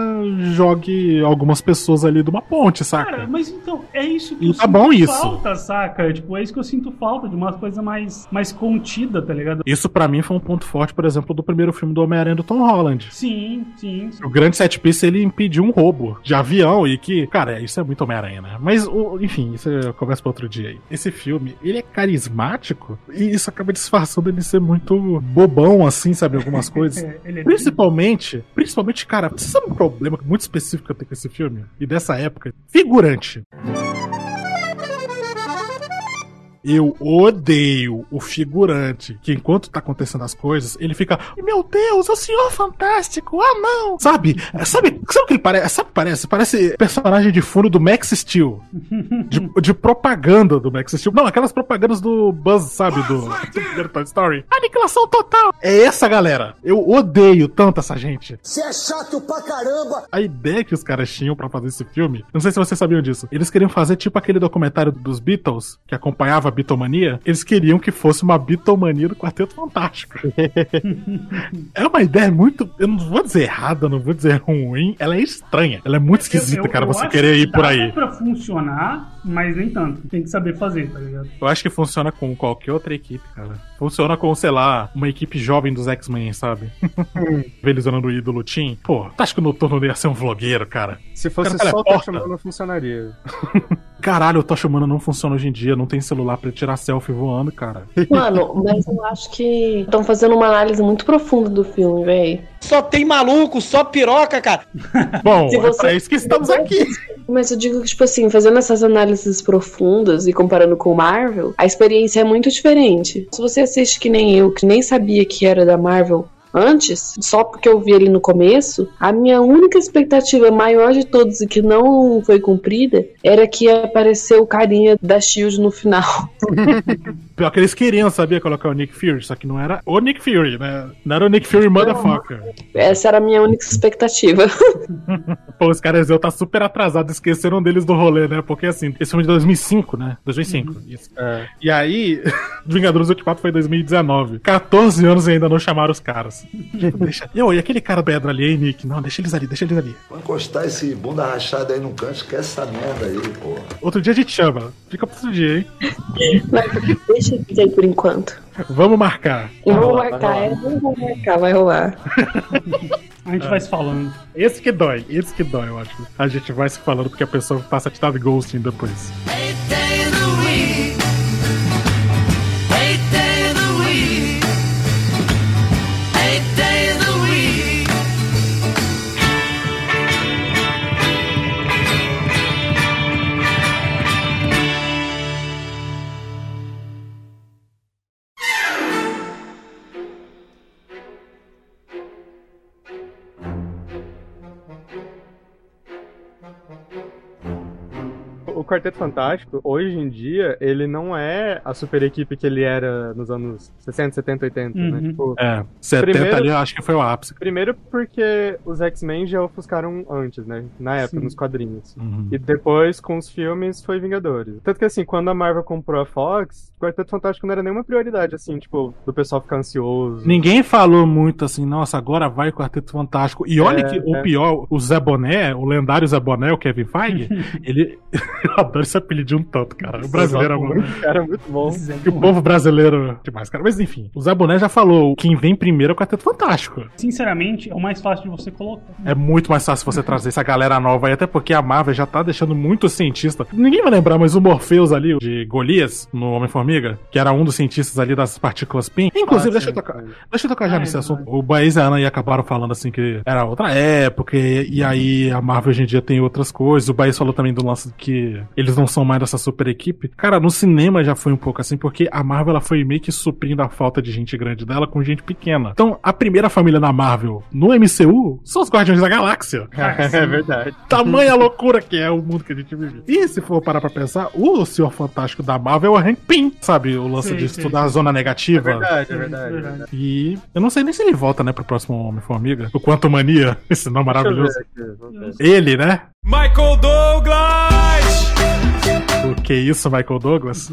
jogue algumas pessoas ali de uma ponte, saca? Cara, mas então, é isso que E eu tá sinto bom isso. falta, saca? Tipo, é isso que eu sinto falta, de uma coisa mais, mais contida, tá ligado? Isso pra mim foi um ponto forte, por exemplo, do primeiro filme do Homem-Aranha do Tom Holland. Sim, sim, sim. O grande set piece, ele impediu um roubo de avião e que, cara, isso é muito Homem-Aranha, né? Mas, o- enfim, isso eu converso pra outro dia aí. Esse filme, ele é carismático e isso acaba disfarçando ele ser muito bobão, assim, sabe? Algumas coisas. É, ele é Principalmente, principalmente, cara, você sabe um problema muito específico que eu tenho com esse filme? E dessa época? Figurante. Eu odeio o figurante que, enquanto tá acontecendo as coisas, ele fica: meu Deus, é o Senhor Fantástico, ah não! Sabe? Sabe, sabe o que ele parece? Sabe o que parece? Parece personagem de fundo do Max Steel. De, de propaganda do Max Steel. Não, aquelas propagandas do Buzz, sabe? Do, do primeiro Toy Story. Aniquilação total! É essa galera. Eu odeio tanto essa gente. Você é chato pra caramba! A ideia que os caras tinham pra fazer esse filme, não sei se vocês sabiam disso, eles queriam fazer tipo aquele documentário dos Beatles, que acompanhava a Beatlemania, eles queriam que fosse uma Beatlemania do Quarteto Fantástico. É uma ideia muito, eu não vou dizer errada, não vou dizer ruim, ela é estranha, ela é muito esquisita, Eu- eu- cara, eu você acho querer que ir por dá aí. pra funcionar, mas nem tanto. Tem que saber fazer, tá ligado? Eu acho que funciona com qualquer outra equipe, cara. Funciona com, sei lá, uma equipe jovem dos X-Men, sabe? Vê eles usando o ídolo Team. Pô, tu acha que o Noturno ia ser um vlogueiro, cara? Se fosse Cara, só o teleporta. Tocha não funcionaria. Caralho, o Tocha Humana não funciona hoje em dia, não tem celular pra tirar selfie voando, cara. Mano, mas eu acho que estão fazendo uma análise muito profunda do filme, velho. Só tem maluco, só piroca, cara. Bom, Se é você- pra isso que estamos aqui. Mas eu digo que, tipo assim, fazendo essas análises profundas e comparando com o Marvel, a experiência é muito diferente. Se você assiste que nem eu, que nem sabia que era da Marvel antes, só porque eu vi ele no começo, a minha única expectativa maior de todos e que não foi cumprida era que ia aparecer o carinha da Shield no final. Pior que eles queriam, sabia, colocar o Nick Fury, só que não era o Nick Fury, né? Não era o Nick Fury motherfucker. Essa era a minha única expectativa. Pô, os caras eu tá super atrasado, esqueceram deles do rolê, né? Porque assim, esse filme é de dois mil e cinco, né? dois mil e cinco, isso. É. E aí, Vingadores Ultimato foi em dois mil e dezenove. quatorze anos e ainda não chamaram os caras. Deixa... Eu, e aquele cara pedra ali, hein, Nick? Não, deixa eles ali, deixa eles ali. Vou encostar esse bunda rachada aí no canto, esquece essa merda aí, porra. Outro dia a gente chama. Fica pro outro dia, hein? Deixa isso aí por enquanto. Vamos marcar. E vamos rolar, marcar, vai é, vamos marcar, vai rolar. A gente vai se falando. Esse que dói, esse que dói, eu acho. A gente vai se falando porque a pessoa passa a te dar ghosting depois. Quarteto Fantástico, hoje em dia, ele não é a super equipe que ele era nos anos sessenta, setenta, oitenta, Uhum. né? Tipo, É, setenta primeiro- ali eu acho que foi o ápice. primeiro porque os X-Men já ofuscaram antes, né? Na época, Sim. nos quadrinhos. Uhum. E depois, com os filmes, foi Vingadores. Tanto que, assim, quando a Marvel comprou a Fox, o Quarteto Fantástico não era nenhuma prioridade, assim, tipo, do pessoal ficar ansioso. Ninguém falou muito assim, nossa, agora vai o Quarteto Fantástico. E olha É, que o é. pior, o Zé Boné, o lendário Zé Boné, o Kevin Feige, ele. Eu adoro esse apelidinho tanto, cara. O brasileiro é muito. muito, cara, muito bom. Que o povo brasileiro. Demais, cara. Mas enfim, o Zé Boné já falou: quem vem primeiro é o Quarteto Fantástico. Sinceramente, é o mais fácil de você colocar. É muito mais fácil você trazer essa galera nova aí, até porque a Marvel já tá deixando muito cientista. Ninguém vai lembrar, mas o Morpheus ali, de Golias, no Homem-Formiga, que era um dos cientistas ali das partículas P I M. Inclusive, Ah, deixa, sim, eu tocar, sim. deixa eu tocar já Ah, nesse é assunto. verdade. O Baez e a Ana aí acabaram falando assim que era outra época, e, e aí a Marvel hoje em dia tem outras coisas. O Baez falou também do lance que eles não são mais dessa super equipe. Cara, no cinema já foi um pouco assim, porque a Marvel ela foi meio que suprindo a falta de gente grande dela com gente pequena. Então, a primeira família da Marvel no M C U são os Guardiões da Galáxia. É verdade. Tamanha loucura que é o mundo que a gente vive. E se for parar pra pensar, o Senhor Fantástico da Marvel é o Hank Pym, sabe? O lance Sim, de sim, estudar a sim. zona É negativa. verdade, é Sim, verdade. é verdade. verdade. E eu não sei nem se ele volta, né, pro próximo Homem-Formiga. O Quantum Mania, esse nome Deixa eu maravilhoso. ver aqui, vamos ver. Ele, né? Michael Douglas! O que isso, Michael Douglas?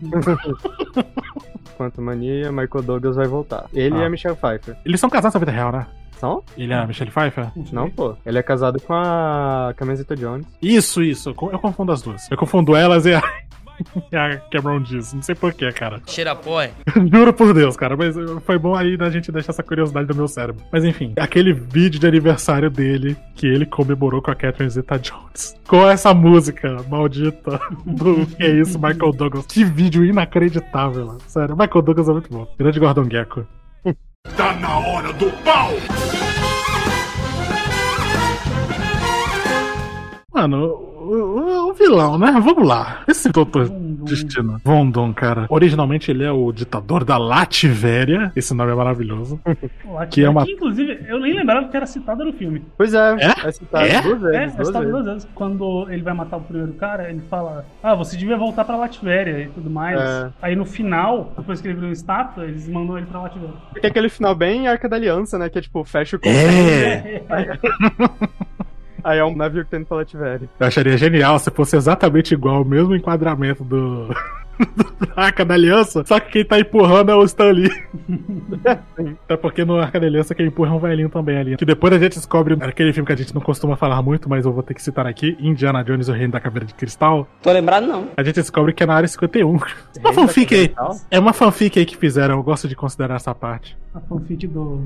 Quanto Mania, Michael Douglas vai voltar. Ele Ah. e a Michelle Pfeiffer. Eles são casados na vida real, né? São? Ele é a Michelle Pfeiffer? Não, pô. Ele é casado com a Cameron Jones. Isso, isso. Eu confundo as duas. Eu confundo elas e a, e a Cameron Diaz. Não sei porquê, cara. Cheira pó. Juro por Deus, cara. Mas foi bom aí da gente deixar essa curiosidade do meu cérebro. Mas enfim, aquele vídeo de aniversário dele que ele comemorou com a Catherine Zeta-Jones. Com essa música maldita do que é isso, Michael Douglas. Que vídeo inacreditável, mano. Sério, Michael Douglas é muito bom. Grande Gordon Gekko. Tá na hora do pau! Mano, o, o- o vilão, né? Vamos lá. Esse doutor Destino. Vondon, cara. Originalmente ele é o ditador da Lativéria. Esse nome é maravilhoso. Lá, Que é uma- aqui, inclusive, eu nem lembrava que era citado no filme. Pois é, É? é citado É? duas vezes. É, é duas citado vezes. duas vezes. Quando ele vai matar o primeiro cara, ele fala: ah, você devia voltar pra Latvéria e tudo mais. É. Aí no final, depois que ele virou estátua, eles mandam ele pra Latvéria. Porque é aquele final bem Arca da Aliança, né? Que é tipo, fecha o É. Aí é um navio que tem pra Lativéria. Eu acharia genial se fosse exatamente igual, o mesmo enquadramento do. do Arca da Aliança, só que quem tá empurrando é o Stan Lee. Até porque no Arca da Aliança quem empurra é um velhinho também ali. Que depois a gente descobre aquele filme que a gente não costuma falar muito, mas eu vou ter que citar aqui: Indiana Jones e o Reino da Caveira de Cristal. Tô lembrado, não. A gente descobre que é na área cinquenta e um. Uma Reino da fanfic aí. Caveira de Cristal? É uma fanfic aí que fizeram, eu gosto de considerar essa parte. A fanfic do.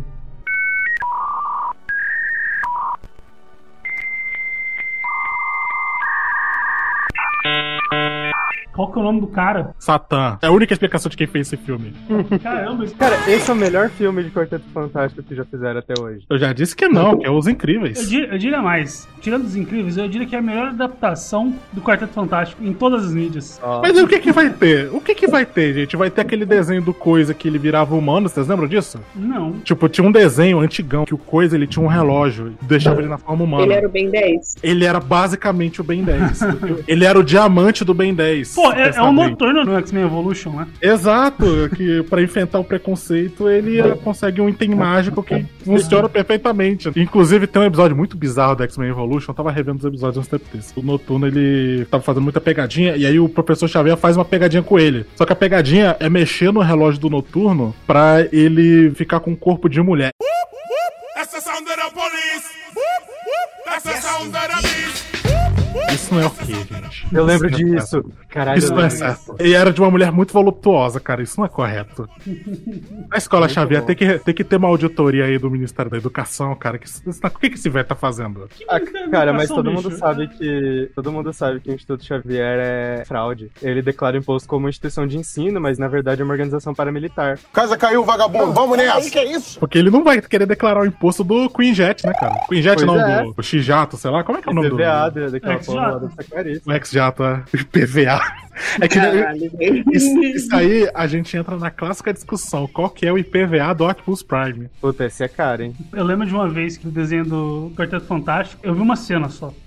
Qual que é o nome do cara? Satã. É a única explicação de quem fez esse filme. Caramba, esse Cara, esse é o melhor filme de Quarteto Fantástico que já fizeram até hoje. Eu já disse que não, que é Os Eu Incríveis. diria, eu diria mais, tirando os incríveis, eu diria que é a melhor adaptação do Quarteto Fantástico em todas as mídias. Ó, Mas aí o que que vai ter? O que que vai ter, gente? Vai ter aquele desenho do Coisa que ele virava humano, vocês lembram disso? Não. Tipo, tinha um desenho antigão que o Coisa ele tinha um relógio e deixava ele na forma humana. Ele era o Ben dez. Ele era basicamente o Ben dez. Ele era o diamante do Ben dez. Pô, é, é um supostamente. noturno no X-Men Evolution, né? Exato, que pra enfrentar o preconceito ele eh, consegue um item mágico que funciona perfeitamente. Inclusive tem um episódio muito bizarro do X-Men Evolution, eu tava revendo os episódios uns tempos desses. O Noturno ele tava fazendo muita pegadinha e aí o professor Xavier faz uma pegadinha com ele. Só que a pegadinha é mexer no relógio do Noturno pra ele ficar com o corpo de mulher. That's the sound of the police! That's the sound of the beast! Isso não é ok, gente. eu lembro Isso não é disso. Caralho, Isso eu não é lembro certo. E era de uma mulher muito voluptuosa, cara. Isso não é correto. Na escola Muito Xavier bom. tem que, tem que ter uma auditoria aí do Ministério da Educação, cara. Que, isso- o que, que esse velho tá fazendo? Ah, cara, mas todo Educação, mundo bicho. sabe que. Todo mundo sabe que o Instituto Xavier é fraude. Ele declara o imposto como uma instituição de ensino, mas na verdade é uma organização paramilitar. Casa caiu, vagabundo! Vamos nessa! que é isso? Porque ele não vai querer declarar o imposto do Queen Jet, né, cara? Queen Jet Pois não, é. do, do X-Jato, sei lá. Como é que é o nome P V A do... da- daquela Ex-Jato. porra lá deve ser caríssimo. O X-Jato, é. P V A. É que isso, isso aí a gente entra na clássica discussão. Qual que é o I P V A do Optimus Prime? Puta, esse é caro, hein? Eu lembro de uma vez que no desenho do Quarteto Fantástico, eu vi uma cena só.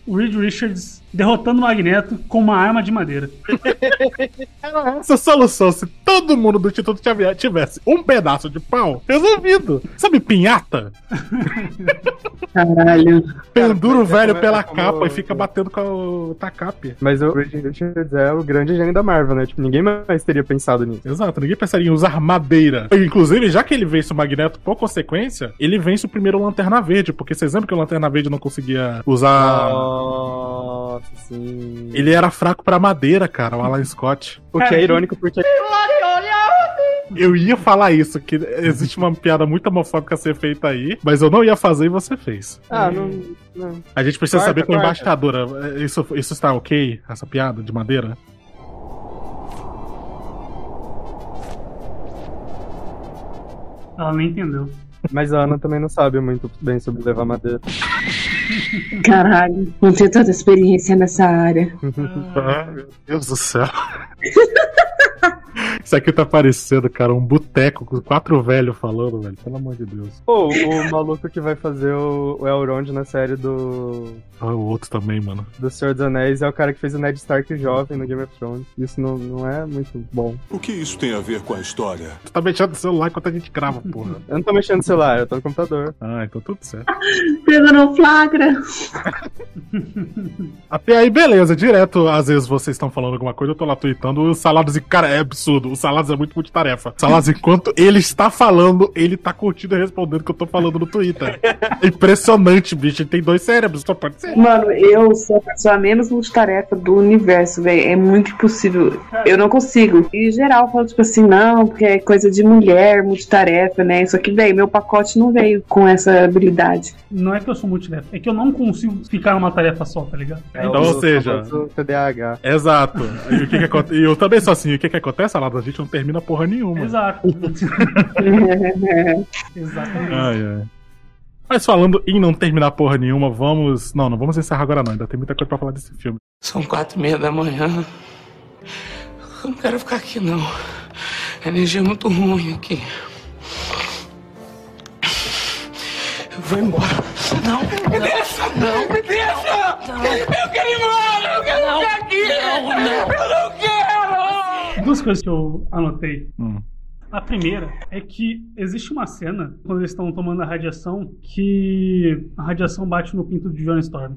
o Reed Richards derrotando o Magneto com uma arma de madeira. Essa solução, se todo mundo do Instituto Xavier tivesse um pedaço de pau, resolvido. Sabe pinhata? Caralho. Pendura o velho como é- pela como- capa e fica batendo com o tacape. Mas o Reed Richards é o grande gênio da Marvel, né? Tipo, ninguém mais teria pensado nisso. Exato, ninguém pensaria em usar madeira. Inclusive, já que ele vence o Magneto por consequência, ele vence o primeiro Lanterna Verde, porque vocês lembram que o Lanterna Verde não conseguia usar... Nossa, sim. Ele era fraco pra madeira, cara, o Alan Scott. O que é irônico porque... Eu ia falar isso, que existe uma piada muito homofóbica a ser feita aí, mas eu não ia fazer e você fez. Ah, não... não. A gente precisa Quarta, saber com a quarta. embaixadora. Isso, isso está ok? Essa piada de madeira? Ela nem entendeu. Mas a Ana também não sabe muito bem sobre levar madeira. Caralho, não tenho tanta experiência nessa área. Ah, meu Deus do céu. Isso aqui tá parecendo, cara, um boteco com quatro velhos falando, velho. Pelo amor de Deus. Pô, o maluco que vai fazer o, o Elrond na série do... Ah, o outro também, mano. do Senhor dos Anéis é o cara que fez o Ned Stark jovem no Game of Thrones. Isso não, não é muito bom. O que isso tem a ver com a história? Tu tá mexendo no celular enquanto a gente grava, porra. Eu não tô mexendo no celular, eu tô no computador. Ah, então tudo certo. Pega no flagra. Até aí, beleza. Direto, às vezes vocês estão falando alguma coisa, eu tô lá tweetando. O Saladas, e cara, é absurdo. O Saladas é muito multitarefa. Saladas, enquanto ele está falando, ele tá curtindo e respondendo o que eu tô falando no Twitter. É impressionante, bicho. Ele tem dois cérebros, só pode ser. Mano, eu sou a pessoa menos multitarefa do universo, velho. É muito impossível. Eu não consigo. E em geral, eu falo tipo assim, não, porque é coisa de mulher, multitarefa, né? Só que, velho, meu pacote não veio com essa habilidade. Não é que eu sou multitarefa, é que eu não consigo ficar numa tarefa só, tá ligado? É Então, o- ou seja- o famoso T D A H. Exato. E o que que acontece? E eu também sou assim. E o que que acontece, Saladas? A gente não termina porra nenhuma. Exato. Exatamente. Ai, ai. Mas falando em não terminar porra nenhuma, vamos... Não, não vamos encerrar agora não. Ainda tem muita coisa pra falar desse filme. São quatro e meia da manhã. Eu não quero ficar aqui, não. A energia é muito ruim aqui. Eu vou embora. Não, me deixa! Não, me deixa! Não. Eu quero ir embora! Eu quero não, ficar aqui! Não, não. Eu não quero! Duas coisas que eu anotei. Hum. A primeira é que existe uma cena, quando eles estão tomando a radiação, que a radiação bate no pinto de Johnny Storm.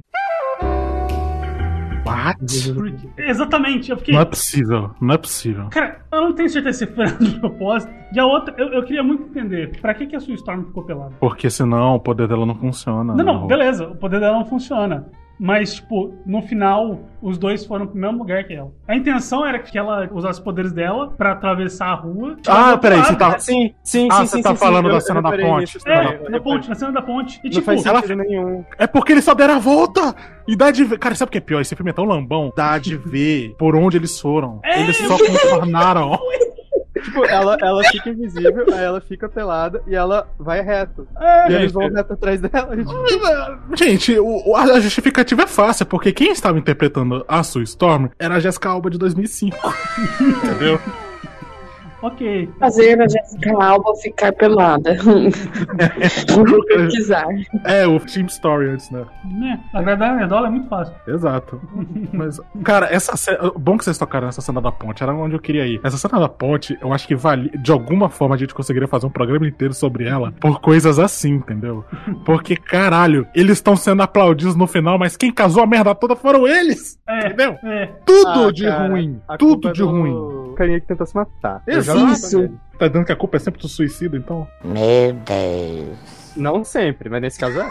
What? Porque- Exatamente, eu fiquei... Não é possível. Não é possível. Cara, eu não tenho certeza se foi de propósito. E a outra, eu, eu queria muito entender, pra que, que a Sue Storm ficou pelada? Porque senão o poder dela não funciona. Não, não, beleza, o poder dela não funciona. Mas, tipo, no final, os dois foram pro mesmo lugar que ela. A intenção era que ela usasse os poderes dela pra atravessar a rua. Ah, peraí, você tá... Sim, sim, Ah, sim, você sim, tá sim, falando sim, da eu- cena eu da reparei ponte. nisso, É, eu na ponte, na cena da ponte. E, Não tipo, faz ela- sentido nenhum. É porque eles só deram a volta! E dá de ver... Cara, sabe o que é pior? Esse filme é tão lambão. Dá de ver por onde eles foram. É. Eles só contornaram. Tipo, ela, ela fica invisível, aí ela fica pelada e ela vai reto. É, e eles gente. vão reto atrás dela. E, tipo, Gente, o, o- a justificativa é fácil, porque quem estava interpretando a Sue Storm era a Jessica Alba de dois mil e cinco. Entendeu? ok. Fazer a Jessica Alba ficar pelada. Vou pesquisar. É, o Team Story antes, né? Né? Agradar a Nerdola é muito fácil. Exato. Mas, cara, essa cena. Bom que vocês tocaram nessa cena da ponte, era onde eu queria ir. Essa cena da ponte, eu acho que vale. De alguma forma a gente conseguiria fazer um programa inteiro sobre ela por coisas assim, entendeu? Porque, caralho, eles estão sendo aplaudidos no final, mas quem casou a merda toda foram eles! É, Entendeu? é. Tudo ah, de cara, ruim. a Tudo culpa é de do ruim. carinha que tenta se matar. Eu já Isso. falei. Tá dizendo que a culpa é sempre do suicídio, então? Meu Deus. Não sempre, mas nesse caso é.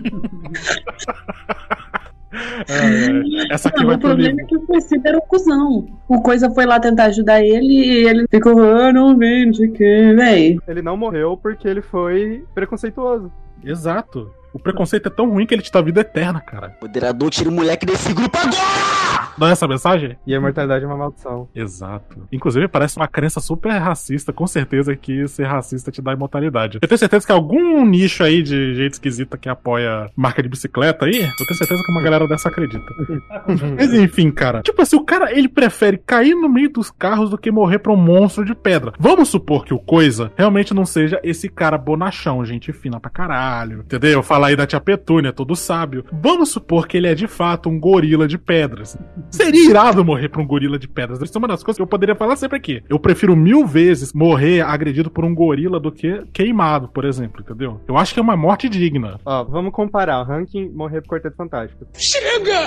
É, é. Essa aqui Não, vai o pro problema livro. é que o suicida era um cuzão. O Coisa foi lá tentar ajudar ele e ele ficou, ah, não vem, não sei o que, véi. Ele não morreu porque ele foi preconceituoso. Exato. O preconceito é tão ruim que ele te dá vida eterna, cara. Moderador, tira o moleque desse grupo agora! Não é essa a mensagem? E a imortalidade é uma maldição. Exato. Inclusive, parece uma crença super racista, com certeza que ser racista te dá imortalidade. Eu tenho certeza que algum nicho aí de gente esquisita que apoia marca de bicicleta aí, eu tenho certeza que uma galera dessa acredita. Mas enfim, cara. Tipo assim, o cara, ele prefere cair no meio dos carros do que morrer pra um monstro de pedra. Vamos supor que o Coisa realmente não seja esse cara bonachão, gente fina pra caralho, entendeu? Falar aí da tia Petúnia, todo sábio. Vamos supor que ele é de fato um gorila de pedras. Seria irado morrer pra um gorila de pedras. Isso é uma das coisas que eu poderia falar sempre aqui. Eu prefiro mil vezes morrer agredido por um gorila do que queimado, por exemplo, entendeu? Eu acho que é uma morte digna. Ó, vamos comparar. O ranking morrer pro Quarteto Fantástico. Chega!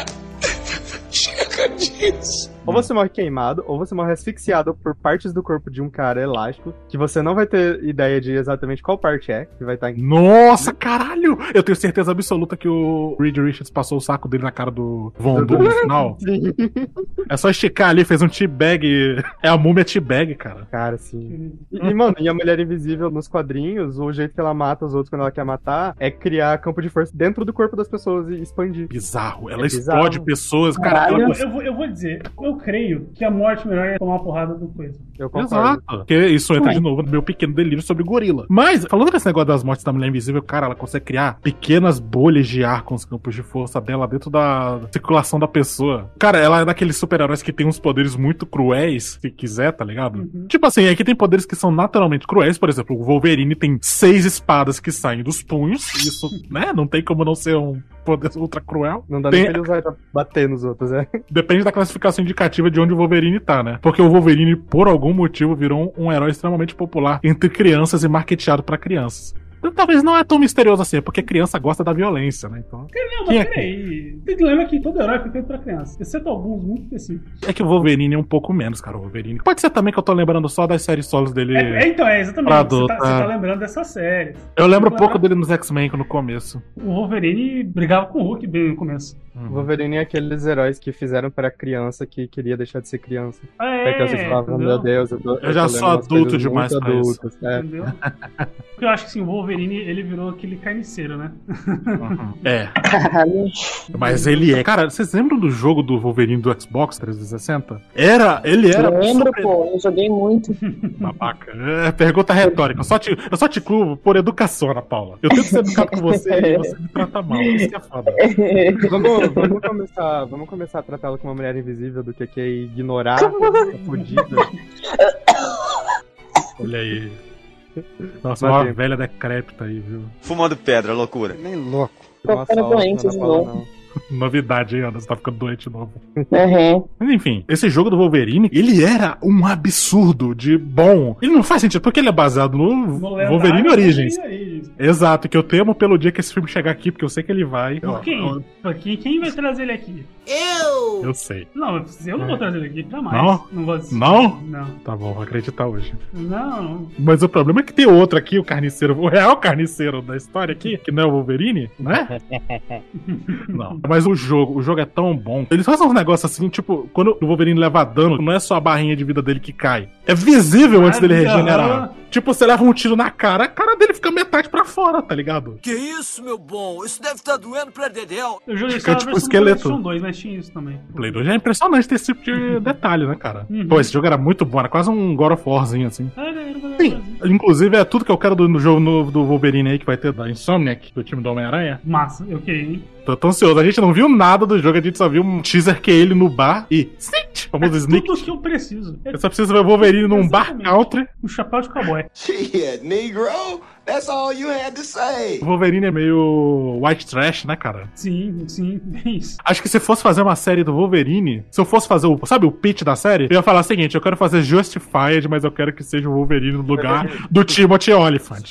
Chega disso! Ou você morre queimado, ou você morre asfixiado por partes do corpo de um cara elástico, que você não vai ter ideia de exatamente qual parte é, que vai estar em... Nossa, caralho! Eu tenho certeza absoluta que o Reed Richards passou o saco dele na cara do Von Doom no final. Sim. É só esticar ali, fez um teabag. É a múmia teabag, cara. Cara, sim. E, e, mano, e a Mulher Invisível nos quadrinhos, o jeito que ela mata os outros quando ela quer matar é criar campo de força dentro do corpo das pessoas e expandir. Bizarro. Ela é explode bizarro. pessoas, cara. Eu, Ela... eu, vou, eu vou dizer, eu creio que a morte melhor é tomar uma porrada do Coisa. Eu concordo. Exato. Porque isso entra de novo no meu pequeno delírio sobre gorila. Mas, falando desse negócio das mortes da Mulher Invisível, cara, ela consegue criar pequenas bolhas de ar com os campos de força dela dentro da circulação da pessoa. Cara, ela é daqueles super-heróis que tem uns poderes muito cruéis, se quiser, tá ligado? Uhum. Tipo assim, aqui tem poderes que são naturalmente cruéis. Por exemplo, o Wolverine tem seis espadas que saem dos punhos. Isso, né? Não tem como não ser um poder ultra cruel. Não dá tem... nem pra ele usar pra bater nos outros, é. Depende da classificação indicativa de onde o Wolverine tá, né? Porque o Wolverine, por algum motivo, virou um, um herói extremamente popular entre crianças e marketeado pra crianças. Então, talvez não é tão misterioso assim, porque criança gosta da violência, né? Então, não, mas peraí. Tem que lembrar que todo herói foi feito pra criança, exceto alguns muito específicos. É que o Wolverine é um pouco menos, cara, o Wolverine. Pode ser também que eu tô lembrando só das séries solos dele. É, é então, é exatamente. Você tá, você tá lembrando dessa série. Eu lembro pouco lembrar... dele nos X-Men no começo. O Wolverine brigava com o Hulk bem no começo. Uhum. O Wolverine é aqueles heróis que fizeram pra criança que queria deixar de ser criança. Ah, é, a criança falava, meu Deus, eu, tô, eu, eu já sou adulto demais pra adultas, isso. É. Entendeu? Porque eu acho que sim, o Wolverine, ele virou aquele carniceiro, né? Uhum. É. Mas ele é. Cara, vocês lembram do jogo do Wolverine do Xbox trezentos e sessenta? Era, ele era. Eu lembro, super... pô, eu joguei muito. Babaca. É, pergunta retórica. Eu só te, eu só te clubo por educação, Ana Paula. Eu tento ser educado com você e você me trata mal. Isso que é foda. Vamos, vamos, começar, vamos começar a tratá-la como uma mulher invisível do que, que é ignorar a fodida. Olha aí. Nossa, uma velha decrépita aí, viu? Fumando pedra, loucura. Nem louco. Tô ficando doente de novo. Novidade, hein, Ana? Você tá ficando doente de novo. Uhum. Mas enfim, esse jogo do Wolverine, ele era um absurdo de bom. Ele não faz sentido, porque ele é baseado no Wolverine Origins. Origins. Exato, que eu temo pelo dia que esse filme chegar aqui, porque eu sei que ele vai. Por quem? Quem, quem vai trazer ele aqui? Eu! Eu sei. Não, eu não é. vou trazer ele aqui, jamais. Não? Não vou assistir. Não? Não. Tá bom, vou acreditar hoje. Não. Mas o problema é que tem outro aqui, o carniceiro, o real carniceiro da história aqui, que não é o Wolverine, né? Não. Mas o jogo, o jogo é tão bom. Eles fazem uns negócios assim, tipo, quando o Wolverine leva dano, não é só a barrinha de vida dele que cai. É visível antes dele regenerar. Tipo, você leva um tiro na cara, a cara dele fica metade pra fora, tá ligado? Que isso, meu bom? Isso deve estar doendo pra dedéu. Eu joguei fica tipo esqueleto. dois, mas tinha isso também. Play dois já é impressionante ter esse tipo de detalhe, né, cara? Uhum. Pô, esse jogo era muito bom, era quase um God of Warzinho, assim. Ah, era, era, era, Sim, inclusive é tudo que eu quero do, do jogo novo do Wolverine aí, que vai ter da Insomniac, do time do Homem-Aranha. Massa, eu queria, hein? Tô tão ansioso. A gente não viu nada do jogo, a gente só viu um teaser que é ele no bar e... Snitch, famoso é Sneak. Tudo que eu preciso. Eu só preciso ver o Wolverine num Exatamente. bar country. Um chapéu de cowboy. Shit, negro, that's all you had to say. O Wolverine é meio white trash, né, cara? Sim, sim, bem isso. Acho que se fosse fazer uma série do Wolverine, se eu fosse fazer o, sabe, o pitch da série, eu ia falar o seguinte, eu quero fazer Justified, mas eu quero que seja o Wolverine no lugar do Timothy Olyphant.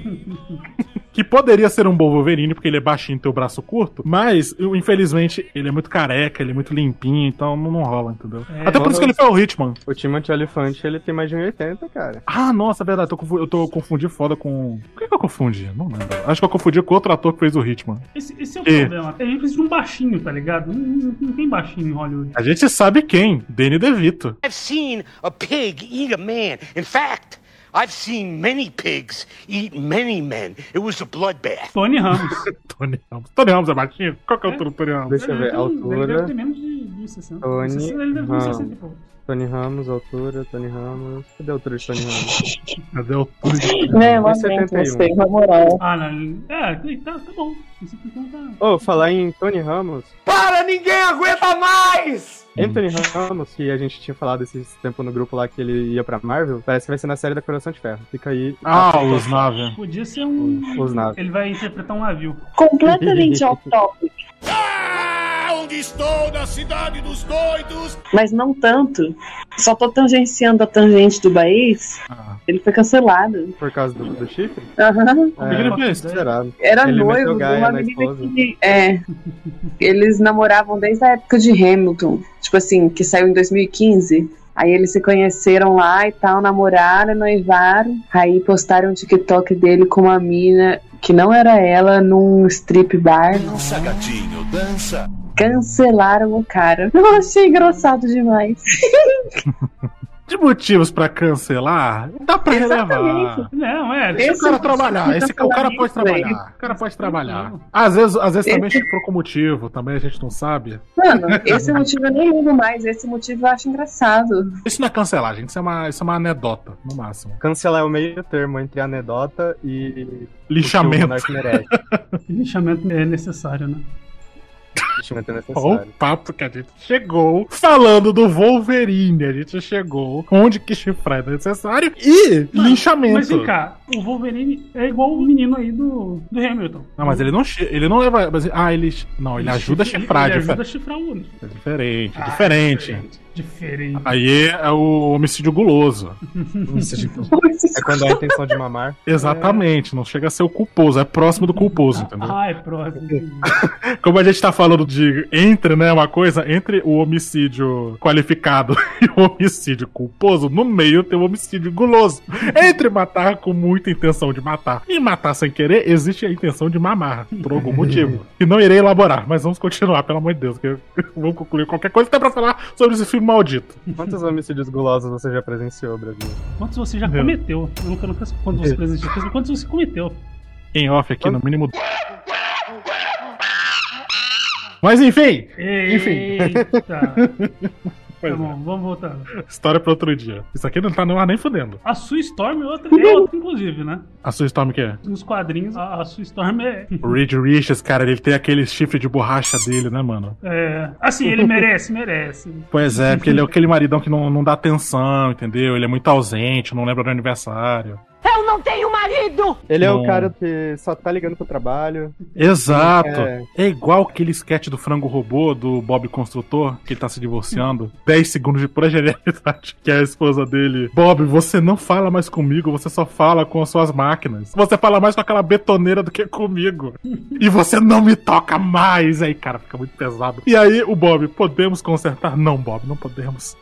Que poderia ser um bom Wolverine, porque ele é baixinho e tem o braço curto, mas, infelizmente, ele é muito careca, ele é muito limpinho, então não, não rola, entendeu? É, Até por isso que ele foi o Hitman. O Timothy Olyphant, ele tem mais de um e oitenta, cara. Ah, nossa, é verdade, eu tô, eu tô confundindo foda com... O que, que eu confundi? Não lembro. Acho que eu confundi com outro ator que fez o Hitman. Esse, esse é o e... problema. A gente precisa de um baixinho, tá ligado? Não, não, não tem baixinho em Hollywood. A gente sabe quem. Danny DeVito. I've seen a pig eat a man. In fact... I've seen many pigs eat many men. It was a bloodbath. Tony Ramos. Tony Ramos. Tony Ramos é baixinho? Qual que é a altura do Tony Ramos? Deixa eu ver, a Ele deve altura... ter menos de um e sessenta. Tony Ele deve ter um e sessenta e Ramos. pouco. Tony Ramos, altura, Tony Ramos. Cadê a altura de Tony Ramos? Cadê a altura de Né, um e mas setenta e um. você, na moral. Ah, não. É, tá, tá bom. Esse aqui tá. Ô, falar em Tony Ramos. Para, ninguém aguenta mais! Anthony Ramos, que a gente tinha falado esse tempo no grupo lá que ele ia pra Marvel, parece que vai ser na série da Coração de Ferro. Fica aí. Ah, os naves. Podia ser um. Os naves. Ele vai interpretar um navio. Completamente off-topic. Ah, onde estou? Na cidade dos doidos. Mas não tanto. Só tô tangenciando a tangente do Baez. Ah. Ele foi cancelado. Por causa do, do chifre? Aham. É, será? Era Ele noivo meteu de Gaia uma na menina esposa. que. É. Eles namoravam desde a época de Hamilton. Tipo assim, que saiu em dois mil e quinze. Aí eles se conheceram lá e tal, namoraram, noivaram. Aí postaram um TikTok dele com uma mina que não era ela num strip bar. Dança, gatinho, dança. Cancelaram o cara. Eu achei engraçado demais. De motivos pra cancelar, dá pra relevar. Não, é. Deixa o cara trabalhar. Esse, o cara pode trabalhar. O cara pode trabalhar. Às vezes, às vezes também chifrou com motivo, também a gente não sabe. Mano, esse motivo eu nem ligo mais. Esse motivo eu acho engraçado. Isso não é cancelar, gente. Isso é uma, isso é uma anedota, no máximo. Cancelar é o meio termo entre anedota e. Lixamento. O que o merece. Lixamento é necessário, né? Lixamento é Olha o necessário. papo que a gente chegou falando do Wolverine. A gente chegou onde que chifrar é necessário e Mas- linchamento. Mas vem cá, o Wolverine é igual o menino aí do, do Hamilton. Não, mas ele não, chi- ele não leva. mas- Ah, ele. Não, ele ajuda a chifrar. Ele difer- ajuda a chifrar o outro. É diferente, é Ah, diferente. Diferente. Aí é o homicídio guloso. É quando há a intenção de mamar. Exatamente, não chega a ser o culposo, é próximo do culposo, entendeu? Ah, é próximo. Como a gente tá falando de entre, né, uma coisa, entre o homicídio qualificado e o homicídio culposo, no meio tem o homicídio guloso. Entre matar com muita intenção de matar e matar sem querer, existe a intenção de mamar, por algum motivo. E não irei elaborar, mas vamos continuar, pelo amor de Deus, que eu- vamos concluir qualquer coisa que tem pra falar sobre esse filme maldito. Quantos homicídios gulosos você já presenciou, Brasil? Quantos você já Meu. cometeu? Eu nunca, nunca sei quantos você presenciou. Quantos você cometeu? Em off aqui, no mínimo. Mas enfim! Enfim. Eita. Pois Tá é. bom, vamos voltar. História pra outro dia. Isso aqui não tá no ar nem fudendo. A Sue Storm é outra, é outra, inclusive, né? A sua Storm que é? Nos quadrinhos, a, a Sue Storm é. O Reed Richards, cara, ele tem aquele chifre de borracha dele, né, mano? é assim, ele merece, merece. Pois é, porque ele é aquele maridão que não, não dá atenção, entendeu? Ele é muito ausente, não lembra do aniversário. Eu não tenho marido! Ele é Não. o cara que só tá ligando pro trabalho. Exato. É. É igual aquele sketch do frango robô do Bob Construtor, que ele tá se divorciando. dez segundos de pura genialidade. Que é a esposa dele. Bob, você não fala mais comigo, você só fala com as suas máquinas. Você fala mais com aquela betoneira do que comigo. E você não me toca mais. Aí, cara, fica muito pesado. E aí, o Bob, podemos consertar? Não, Bob, não podemos.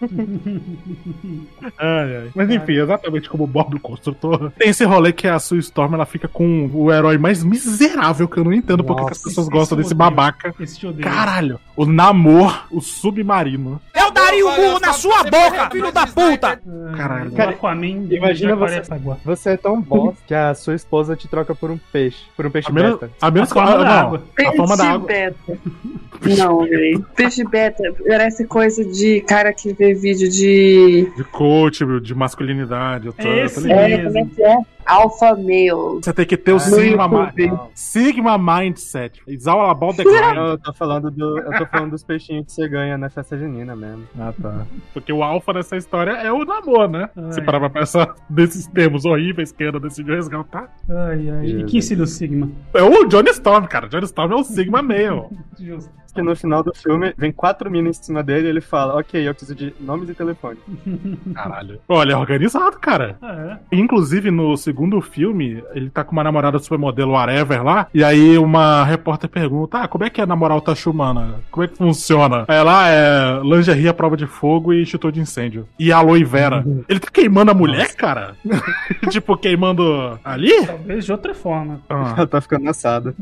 Ai, ai. Mas enfim, exatamente como o Bob Construtor. Tem esse rolê que a Sue Storm, ela fica com o herói mais miserável, que eu não entendo porque que as pessoas esse gostam eu desse odeio. babaca. Esse te odeio. Caralho, o Namor, o submarino. Eu daria o burro na sua boca, filho da puta! Caralho. O Aquaman de Imagina você, Jacarepaguá. você é tão bosta que a sua esposa te troca por um peixe. Por um peixe A menos, beta. a menos A forma que- da não, água. a forma da Peixe água. beta. Não, velho. Peixe beta parece coisa de cara que vê vídeo de. De coach, de masculinidade. Eu tô, eu tô Esse ligado. É, como é que é? Alpha male. Você tem que ter o Ah, Sigma, no mi- YouTube. Sigma Mindset. It's all about the grind. Eu tô falando do. Eu tô falando dos peixinhos que você ganha na festa junina mesmo. Ah, tá. Porque o alfa dessa história é o Namor, né? Ai. Se parar pra pensar nesses termos horríveis que ela decidiu resgatar. Ai, ai. E quem seria o Sigma? É o Johnny Storm, cara. Johnny Storm é o Sigma Male. Justo. Que no final do filme vem quatro minas em cima dele e ele fala: Ok, eu preciso de nomes e telefone. Caralho. Olha, é organizado, cara. Ah, Inclusive, no segundo filme, ele tá com uma namorada supermodelo whatever lá, e aí uma repórter pergunta, ah, como é que é namorar o Tachumana? Como é que funciona? Aí ela é lingerie à prova de fogo e extintor de incêndio. E aloe vera. Ele tá queimando a mulher, cara? Tipo, queimando ali? é? Talvez de outra forma. Ah. Ela tá ficando assada.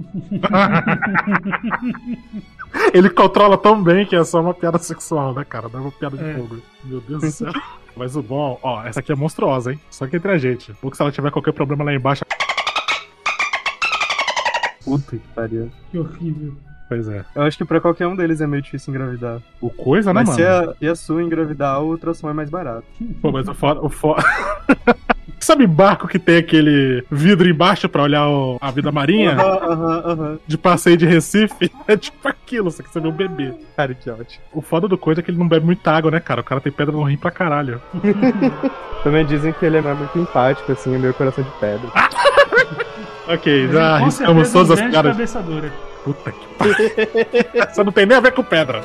Ele controla tão bem que é só uma piada sexual, né, cara? Não é uma piada de É. fogo. Meu Deus do céu. Mas o bom, ó, essa aqui é monstruosa, hein? Só que entre a gente. Ou que se ela tiver qualquer problema lá embaixo. Puta que pariu. Que horrível. Pois é. Eu acho que pra qualquer um deles é meio difícil engravidar. O coisa, né, mas mano? Se a, se a sua engravidar, o ultrassom é mais barato. Pô, mas o foda... O foda... Sabe barco que tem aquele vidro embaixo pra olhar o... a vida marinha? Aham, aham, aham. De passeio de Recife? É tipo aquilo, só que você vê um bebê. Cara, que ótimo. O foda do coisa é que ele não bebe muita água, né, cara? O cara tem pedra no rim pra caralho. Também dizem que ele é muito empático, assim, é meio coração de pedra. Ok, já arriscamos todas as piadas. Cabeçadora. Puta que pariu. Isso não tem nem a ver com pedra.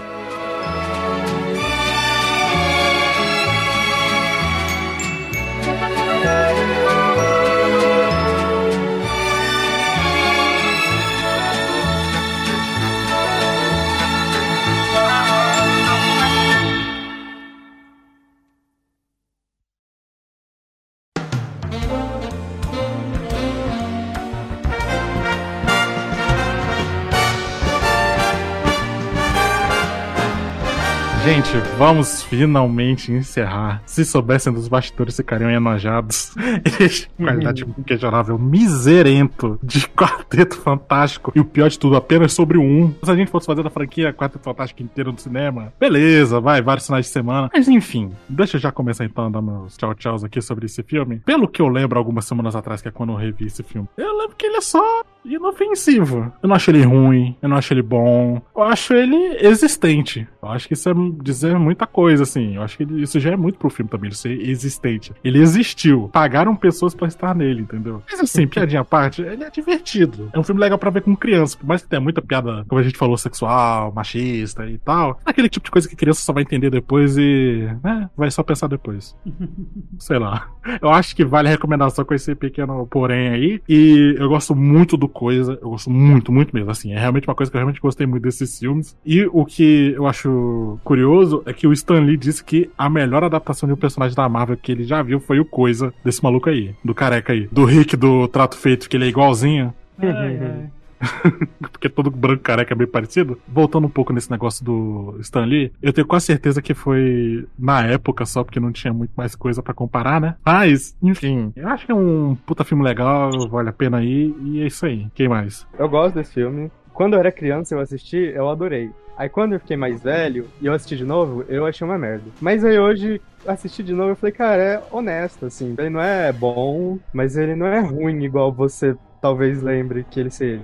Gente, vamos finalmente encerrar. Se soubessem dos bastidores, ficariam enojados. Qualidade inquestionável, miserento de Quarteto Fantástico. E o pior de tudo, apenas sobre o um. Se a gente fosse fazer da franquia Quarteto Fantástico inteiro no cinema, beleza, vai, vários finais de semana. Mas enfim, deixa eu já começar então a dar meus tchau-tchaus aqui sobre esse filme. Pelo que eu lembro algumas semanas atrás, que é quando eu revi esse filme, eu lembro que ele é só inofensivo. Eu não acho ele ruim, eu não acho ele bom. Eu acho ele existente. Eu acho que isso é dizer muita coisa, assim. Eu acho que isso já é muito pro filme também, ele ser existente. Ele existiu. Pagaram pessoas pra estar nele, entendeu? Mas assim, piadinha à parte, ele é divertido. É um filme legal pra ver com criança. Por mais que tenha muita piada, como a gente falou, sexual, machista e tal. É aquele tipo de coisa que criança só vai entender depois e... né, vai só pensar depois. Sei lá. Eu acho que vale a recomendação com esse pequeno porém aí. E eu gosto muito do Coisa. Eu gosto muito, muito mesmo. Assim, é realmente uma coisa que eu realmente gostei muito desses filmes. E o que eu acho curioso é que o Stan Lee disse que a melhor adaptação de um personagem da Marvel que ele já viu foi o Coisa desse maluco aí, do careca aí, do Rick do Trato Feito, que ele é igualzinho. Ai, ai. Porque todo branco careca é bem parecido. Voltando um pouco nesse negócio do Stan Lee, eu tenho quase certeza que foi na época só, porque não tinha muito mais coisa pra comparar, né? Mas, enfim, eu acho que é um puta filme legal, vale a pena ir, e é isso aí. Quem mais? Eu gosto desse filme. Quando eu era criança eu assisti, eu adorei. Aí quando eu fiquei mais velho e eu assisti de novo, eu achei uma merda. Mas aí hoje, assisti de novo, eu falei, cara, é honesto, assim. Ele não é bom, mas ele não é ruim igual você talvez lembre que ele seja.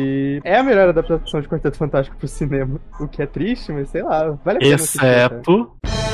E é a melhor adaptação de Quarteto Fantástico pro cinema. O que é triste, mas sei lá, vale a pena. Exceto...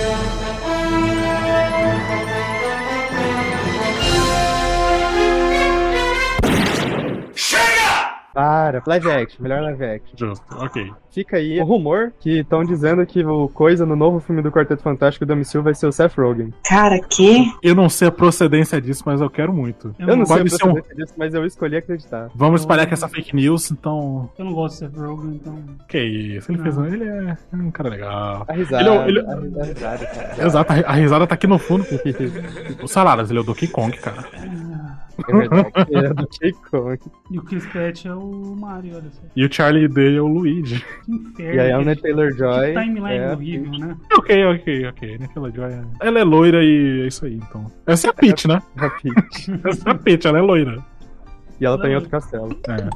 Para, live action, melhor live action. Justo, ok. Fica aí o rumor que estão dizendo que o Coisa no novo filme do Quarteto Fantástico do M C U vai ser o Seth Rogen. Cara, que? Eu não sei a procedência disso, mas eu quero muito. Eu, eu não sei a procedência um... disso, mas eu escolhi acreditar. Vamos espalhar que essa fake news, então... Eu não gosto do Seth Rogen, então... Que isso, ele não. fez um... Ele é um cara legal. A risada, ele, ele... a risada, cara. Exato, a risada tá aqui no fundo. O Saladas, ele é o Donkey Kong, cara. É verdade, ele é do Donkey Kong. E o Chris Pratt é o Mario, olha só. E o Charlie Day é o Luigi. Que inferno. E aí a Anya Taylor-Joy... Que timeline é horrível, né? Ok, ok, ok. Anya Taylor-Joy é... Ela é loira e é isso aí, então. Essa é a Peach, né? A Peach. Essa é a Peach, ela é loira. E ela tá em outro castelo.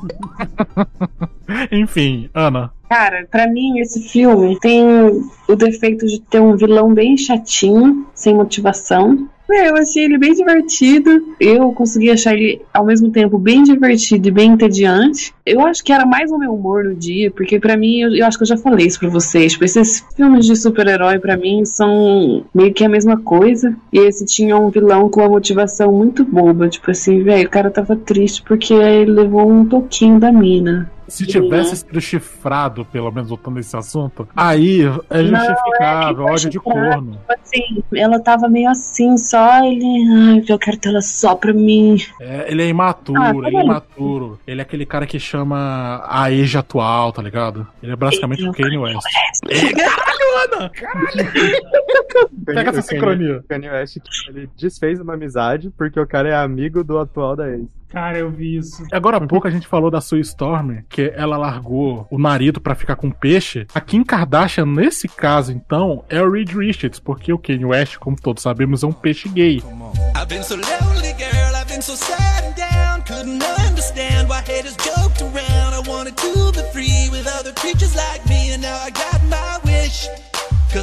É. Enfim, Ana. Cara, pra mim esse filme tem o defeito de ter um vilão bem chatinho, sem motivação. Eu achei ele bem divertido. Eu consegui achar ele, ao mesmo tempo, bem divertido e bem entediante. Eu acho que era mais o meu humor no dia, porque pra mim, eu, eu acho que eu já falei isso pra vocês. Tipo, esses filmes de super-herói, pra mim, são meio que a mesma coisa. E esse tinha um vilão com uma motivação muito boba. Tipo assim, velho, o cara tava triste porque ele levou um toquinho da mina. Se tivesse sido chifrado, pelo menos voltando a esse assunto, aí é justificável, é ódio de corno. Assim, ela tava meio assim, só ele. Ai, eu quero ter ela só pra mim. É, ele é imaturo, ah, ele é imaturo. Ele é aquele cara que chama a age atual, tá ligado? Ele é basicamente o Kanye West. Caralho, Ana! Caralho! Pega essa sincronia. O Kanye West, ele desfez uma amizade porque o cara é amigo do atual da ex. Cara, eu vi isso. Agora há pouco a gente falou da Sue Storm, que ela largou o marido pra ficar com peixe. A Kim Kardashian, nesse caso, então, é o Reed Richards, porque o Kanye West, como todos sabemos, é um peixe gay. I've been so lonely, girl, I've been so sad and down, couldn't understand why haters joked around. I wanted to be free with other creatures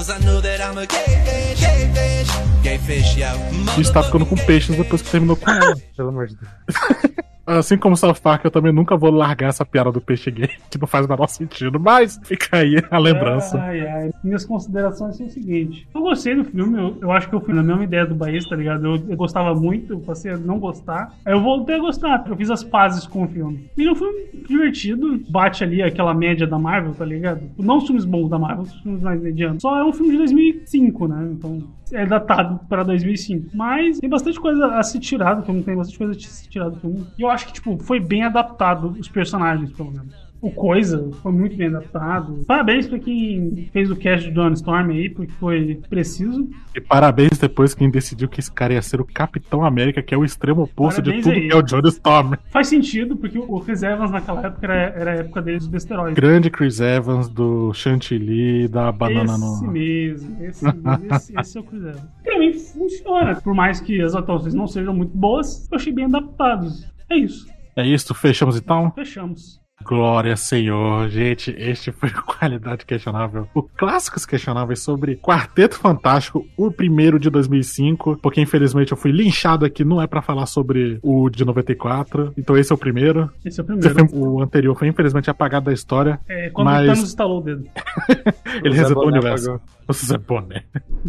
Cause I knew that I'm a gay fish, gay fish, gay fish, yo. A gente tá ficando com peixes depois que terminou com ela. Pelo amor de Deus. Assim como o South Park, eu também nunca vou largar essa piada do peixe gay, que não faz o menor sentido, mas fica aí a lembrança. Ai, ai. Minhas considerações são o seguinte: eu gostei do filme, eu, eu acho que eu fui na mesma ideia do Baez, tá ligado? Eu, eu gostava muito, eu passei a não gostar. Aí eu voltei a gostar, eu fiz as pazes com o filme. E é um filme divertido, bate ali aquela média da Marvel, tá ligado? Não os filmes bons da Marvel, os filmes mais medianos. Só é um filme de dois mil e cinco, né? Então é datado para dois mil e cinco. Mas tem bastante coisa a se tirar do filme, tem bastante coisa a se tirar do filme. E eu acho que, tipo, foi bem adaptado os personagens, pelo menos. O Coisa foi muito bem adaptado. Parabéns pra quem fez o cast do John Storm aí, porque foi preciso. E parabéns depois quem decidiu que esse cara ia ser o Capitão América, que é o extremo oposto Parabéns de tudo aí. que é o John Storm. Faz sentido, porque o Chris Evans naquela época era, era a época deles dos besteróis. Grande Chris Evans do Chantilly, da banana esse no... Mesmo, esse mesmo, esse, esse é o Chris Evans. Pra mim funciona. Por mais que as atuações não sejam muito boas, eu achei bem adaptados. É isso. É isso, fechamos então? Fechamos. Glória, Senhor. Gente, este foi Qualidade Questionável. O Clássicos Questionáveis sobre Quarteto Fantástico, o primeiro de dois mil e cinco, porque infelizmente eu fui linchado aqui, não é pra falar sobre o de noventa e quatro, então esse é o primeiro. Esse é o primeiro. Foi, o anterior foi infelizmente apagado da história. É, quando mas... o Thanos instalou o dedo. Ele resetou o universo. O Zé Boné.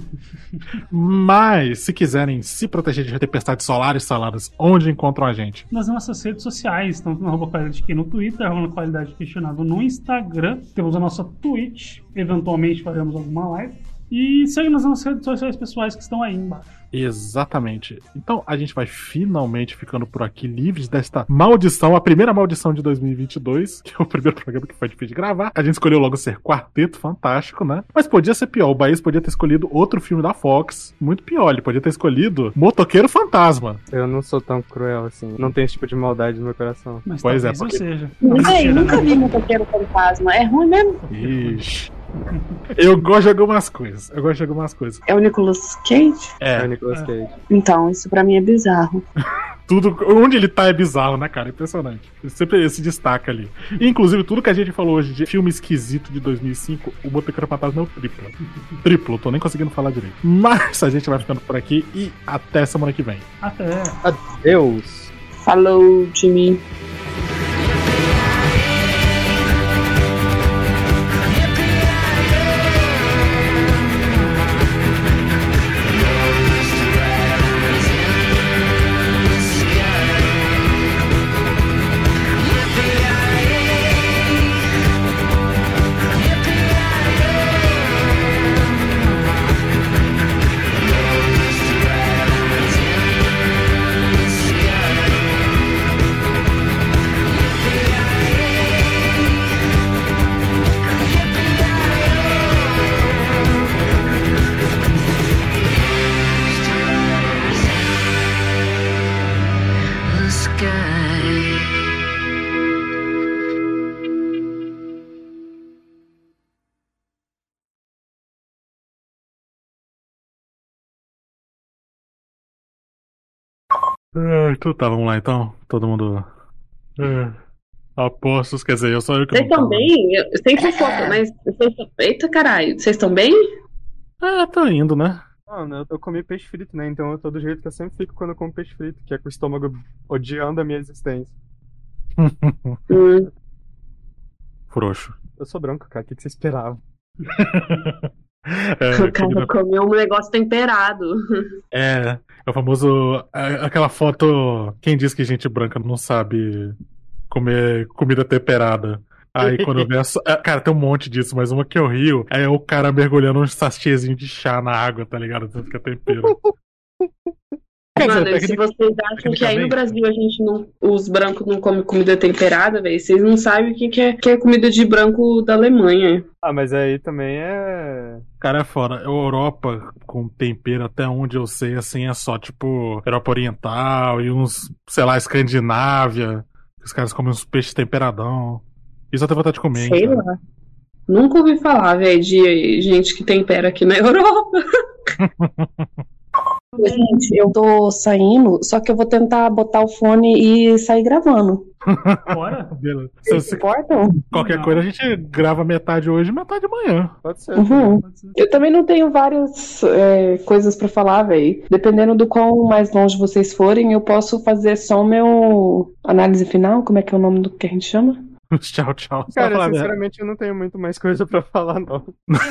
Mas, se quiserem se proteger de tempestades solares saladas, onde encontram a gente? Nas nossas redes sociais, tanto no arroba Qualidade Q no Twitter, arroba Qualidade Questionável no Instagram. Temos a nossa Twitch, eventualmente faremos alguma live. E segue nas nossas redes sociais pessoais que estão aí embaixo. Exatamente. Então a gente vai finalmente ficando por aqui, livres desta maldição, a primeira maldição de dois mil e vinte e dois, que é o primeiro programa que foi difícil de gravar. A gente escolheu logo ser Quarteto Fantástico, né? Mas podia ser pior. O Baez podia ter escolhido outro filme da Fox, muito pior. Ele podia ter escolhido Motoqueiro Fantasma. Eu não sou tão cruel assim. Não tenho esse tipo de maldade no meu coração. Mas pois é, porque... seja. Ei, nunca vi Motoqueiro Fantasma. É ruim mesmo? Ixi. Eu gosto de algumas coisas. Eu gosto de algumas coisas. É o Nicolas Cage? É. É o Nicolas Cage. Então, isso pra mim é bizarro. Tudo, onde ele tá é bizarro, né, cara? Impressionante. Ele sempre se destaca ali. E, inclusive, tudo que a gente falou hoje de filme esquisito de dois mil e cinco, o Motoqueiro Fantasma é o triplo. Triplo, tô nem conseguindo falar direito. Mas a gente vai ficando por aqui e até semana que vem. Até. Adeus. Falou, Jimmy. Ah, então tá, vamos lá então. Todo mundo. Ah, apostos, quer dizer, eu só eu que Vocês não estão bem? Eu sei que fofoca, mas. Eita caralho, vocês estão bem? Ah, tô indo, né? Mano, eu, eu comi peixe frito, né? Então eu tô do jeito que eu sempre fico quando eu como peixe frito, que é com o estômago odiando a minha existência. Hum. Frouxo. Eu sou branco, cara. O que, que você esperava? É, O cara comeu um negócio temperado. É, é o famoso. é, Aquela foto. Quem diz que gente branca não sabe comer comida temperada? Aí quando eu vi a. so- é, Cara, tem um monte disso, mas uma que eu rio é o cara mergulhando um sachêzinho de chá na água, tá ligado? Tanto que é tempero. Quer dizer, Mano, se tecnic- vocês acham que aí no tecnicamente- Brasil a gente não. Os brancos não comem comida temperada, velho, vocês não sabem o que, que, é, que é comida de branco da Alemanha. Ah, mas aí também é. Cara, é foda. Europa com tempero, até onde eu sei, assim, é só tipo Europa Oriental e uns, sei lá, Escandinávia. Os caras comem uns peixes temperadão. Isso eu tenho vontade de comer, Sei hein, cara. lá. Nunca ouvi falar, velho, de gente que tempera aqui na Europa. Gente, eu tô saindo, só que eu vou tentar botar o fone e sair gravando. Bora? Beleza. Vocês se importam? Qualquer coisa a gente grava metade hoje e metade amanhã. Pode ser. Uhum. Pode ser. Eu também não tenho várias é, coisas pra falar, velho. Dependendo do quão mais longe vocês forem, eu posso fazer só o meu análise final. Como é que é o nome do que a gente chama? Tchau, tchau. Cara, sinceramente, eu não tenho muito mais coisa pra falar, não.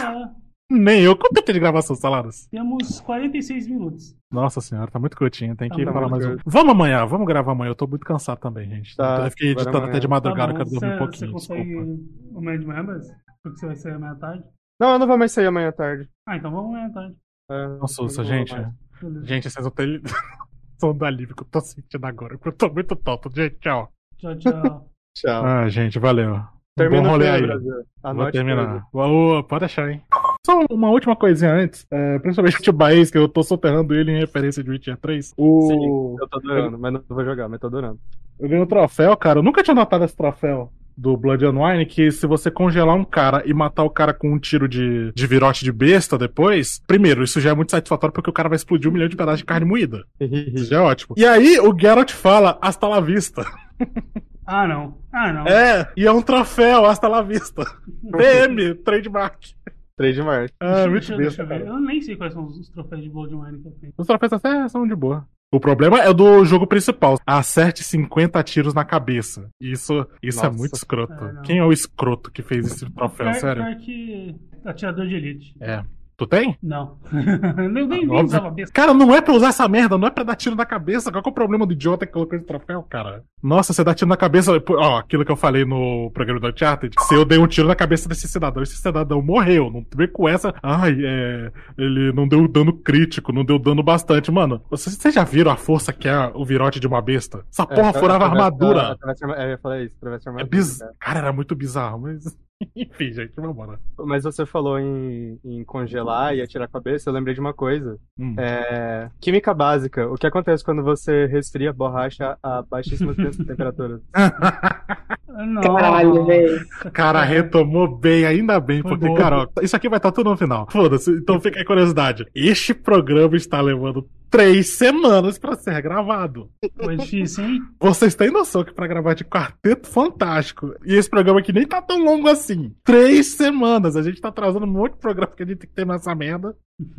É, Nem eu. Quanto tempo tem de gravação, Saladas? temos quarenta e seis minutos. Nossa senhora, tá muito curtinho. Tem que Tá falar muito mais um. curto. Vamos amanhã, vamos gravar amanhã. Eu tô muito cansado também, gente. Tá, eu fiquei bora editando amanhã. até de madrugada, Tá eu bom, quero dormir um você, pouquinho. você consegue Desculpa. amanhã de manhã, mas porque você vai sair amanhã à tarde? Não, eu não vou mais sair amanhã à tarde. Ah, então vamos amanhã à tarde. É, Nossa, eu Sussa, não vou gente. mais. Beleza. Gente, vocês não têm som do alívio que eu tô sentindo agora. Porque eu tô muito tonto. Gente, tchau. Tchau, tchau. Tchau. Ah, gente, valeu. Termina Bom o rolê filme, aí. Brasil. Vou Anote terminar. Ô, pode deixar, hein? Só uma última coisinha antes, é, principalmente o Baez, que eu tô soterrando ele em referência de Witcher três. O... Sim, eu tô adorando, mas não vou jogar, mas tô adorando. Eu ganhei um troféu, cara. Eu nunca tinha notado esse troféu do Blood and Wine, que se você congelar um cara e matar o cara com um tiro de, de virote de besta depois, primeiro, isso já é muito satisfatório porque o cara vai explodir um milhão de pedaços de carne moída. Isso já é ótimo. E aí, o Geralt fala, hasta la vista. Ah, não. Ah, não. É, e é um troféu, hasta la vista. T M, trademark. Trademark. Ah, Deixa- muito deixa- besta, deixa eu ver. cara. Eu nem sei quais são os, os troféus de Blood Wine que eu tenho. Os troféus até são de boa. O problema é do jogo principal. Acerte cinquenta tiros na cabeça. Isso, isso é Nossa. muito escroto. É, não. Quem é o escroto que fez esse troféu, Pior, sério? pior que atirador de elite. É. Tu tem? Não. eu nem, nem Óbvio. usava besta. Cara, não é pra usar essa merda, não é pra dar tiro na cabeça. Qual que é o problema do idiota que colocou esse troféu, cara? Nossa, você dá tiro na cabeça. pô, Ó, aquilo que eu falei no programa do Uncharted. Se eu dei um tiro na cabeça desse cidadão, esse cidadão morreu. Não vem com essa. Ai, é. Ele não deu dano crítico, não deu dano bastante. Mano, vocês, vocês já viram a força que é o virote de uma besta? Essa porra furava a armadura. É, eu ia falar isso, atravessa a É armadura. biz... cara. Cara, era muito bizarro, mas. Enfim, gente, vambora. Mas você falou em, em congelar e atirar a cabeça, eu lembrei de uma coisa. Hum. É, química básica. O que acontece quando você resfria borracha a baixíssimas temperaturas? Não. Caralho, velho. Cara, retomou bem, ainda bem, Foi porque, bom. cara, ó, isso aqui vai estar tudo no final. Foda-se, então fica aí a curiosidade. Este programa está levando três semanas pra ser gravado. Foi difícil, hein? Vocês têm noção que pra gravar de Quarteto Fantástico, e esse programa aqui nem tá tão longo assim, três semanas, a gente tá atrasando um monte de programa que a gente tem que ter nessa merda.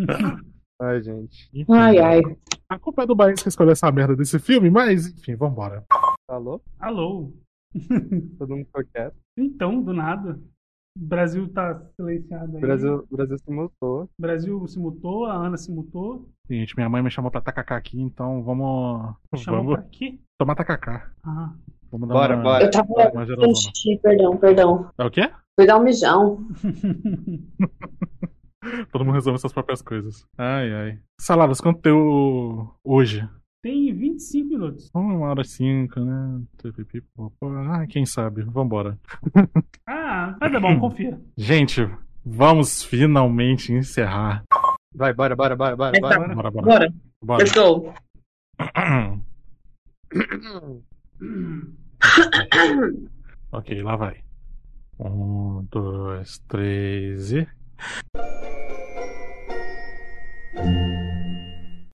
Ai, gente. Enfim, Ai, ai. A culpa é do Bahia que escolheu essa merda desse filme, mas enfim, vambora. Alô? Alô? Todo mundo ficou quieto. Então, do nada. O Brasil tá silenciado aí. O Brasil, o Brasil se mutou. O Brasil se mutou, a Ana se mutou. Gente, minha mãe me chamou pra tacacá aqui, então vamos. Chamou vamos pra quê? tomar tacacá. Ah. Vamos dar Bora, uma... bora. Eu tava uma fazendo geralzona. xixi, perdão, perdão. É o quê? Fui dar um mijão. Todo mundo resolve suas próprias coisas. Ai, ai. Saladas, quanto deu hoje? Tem vinte e cinco minutos. Uma hora e cinco, né? Ah, quem sabe? Vambora. Ah, vai dar bom, confia. Gente, vamos finalmente encerrar. Vai, bora, bora, bora, bora, Vai, bora. Bora, bora. Bora. Bora. Let's go. Ok, lá vai. Um, dois, três e.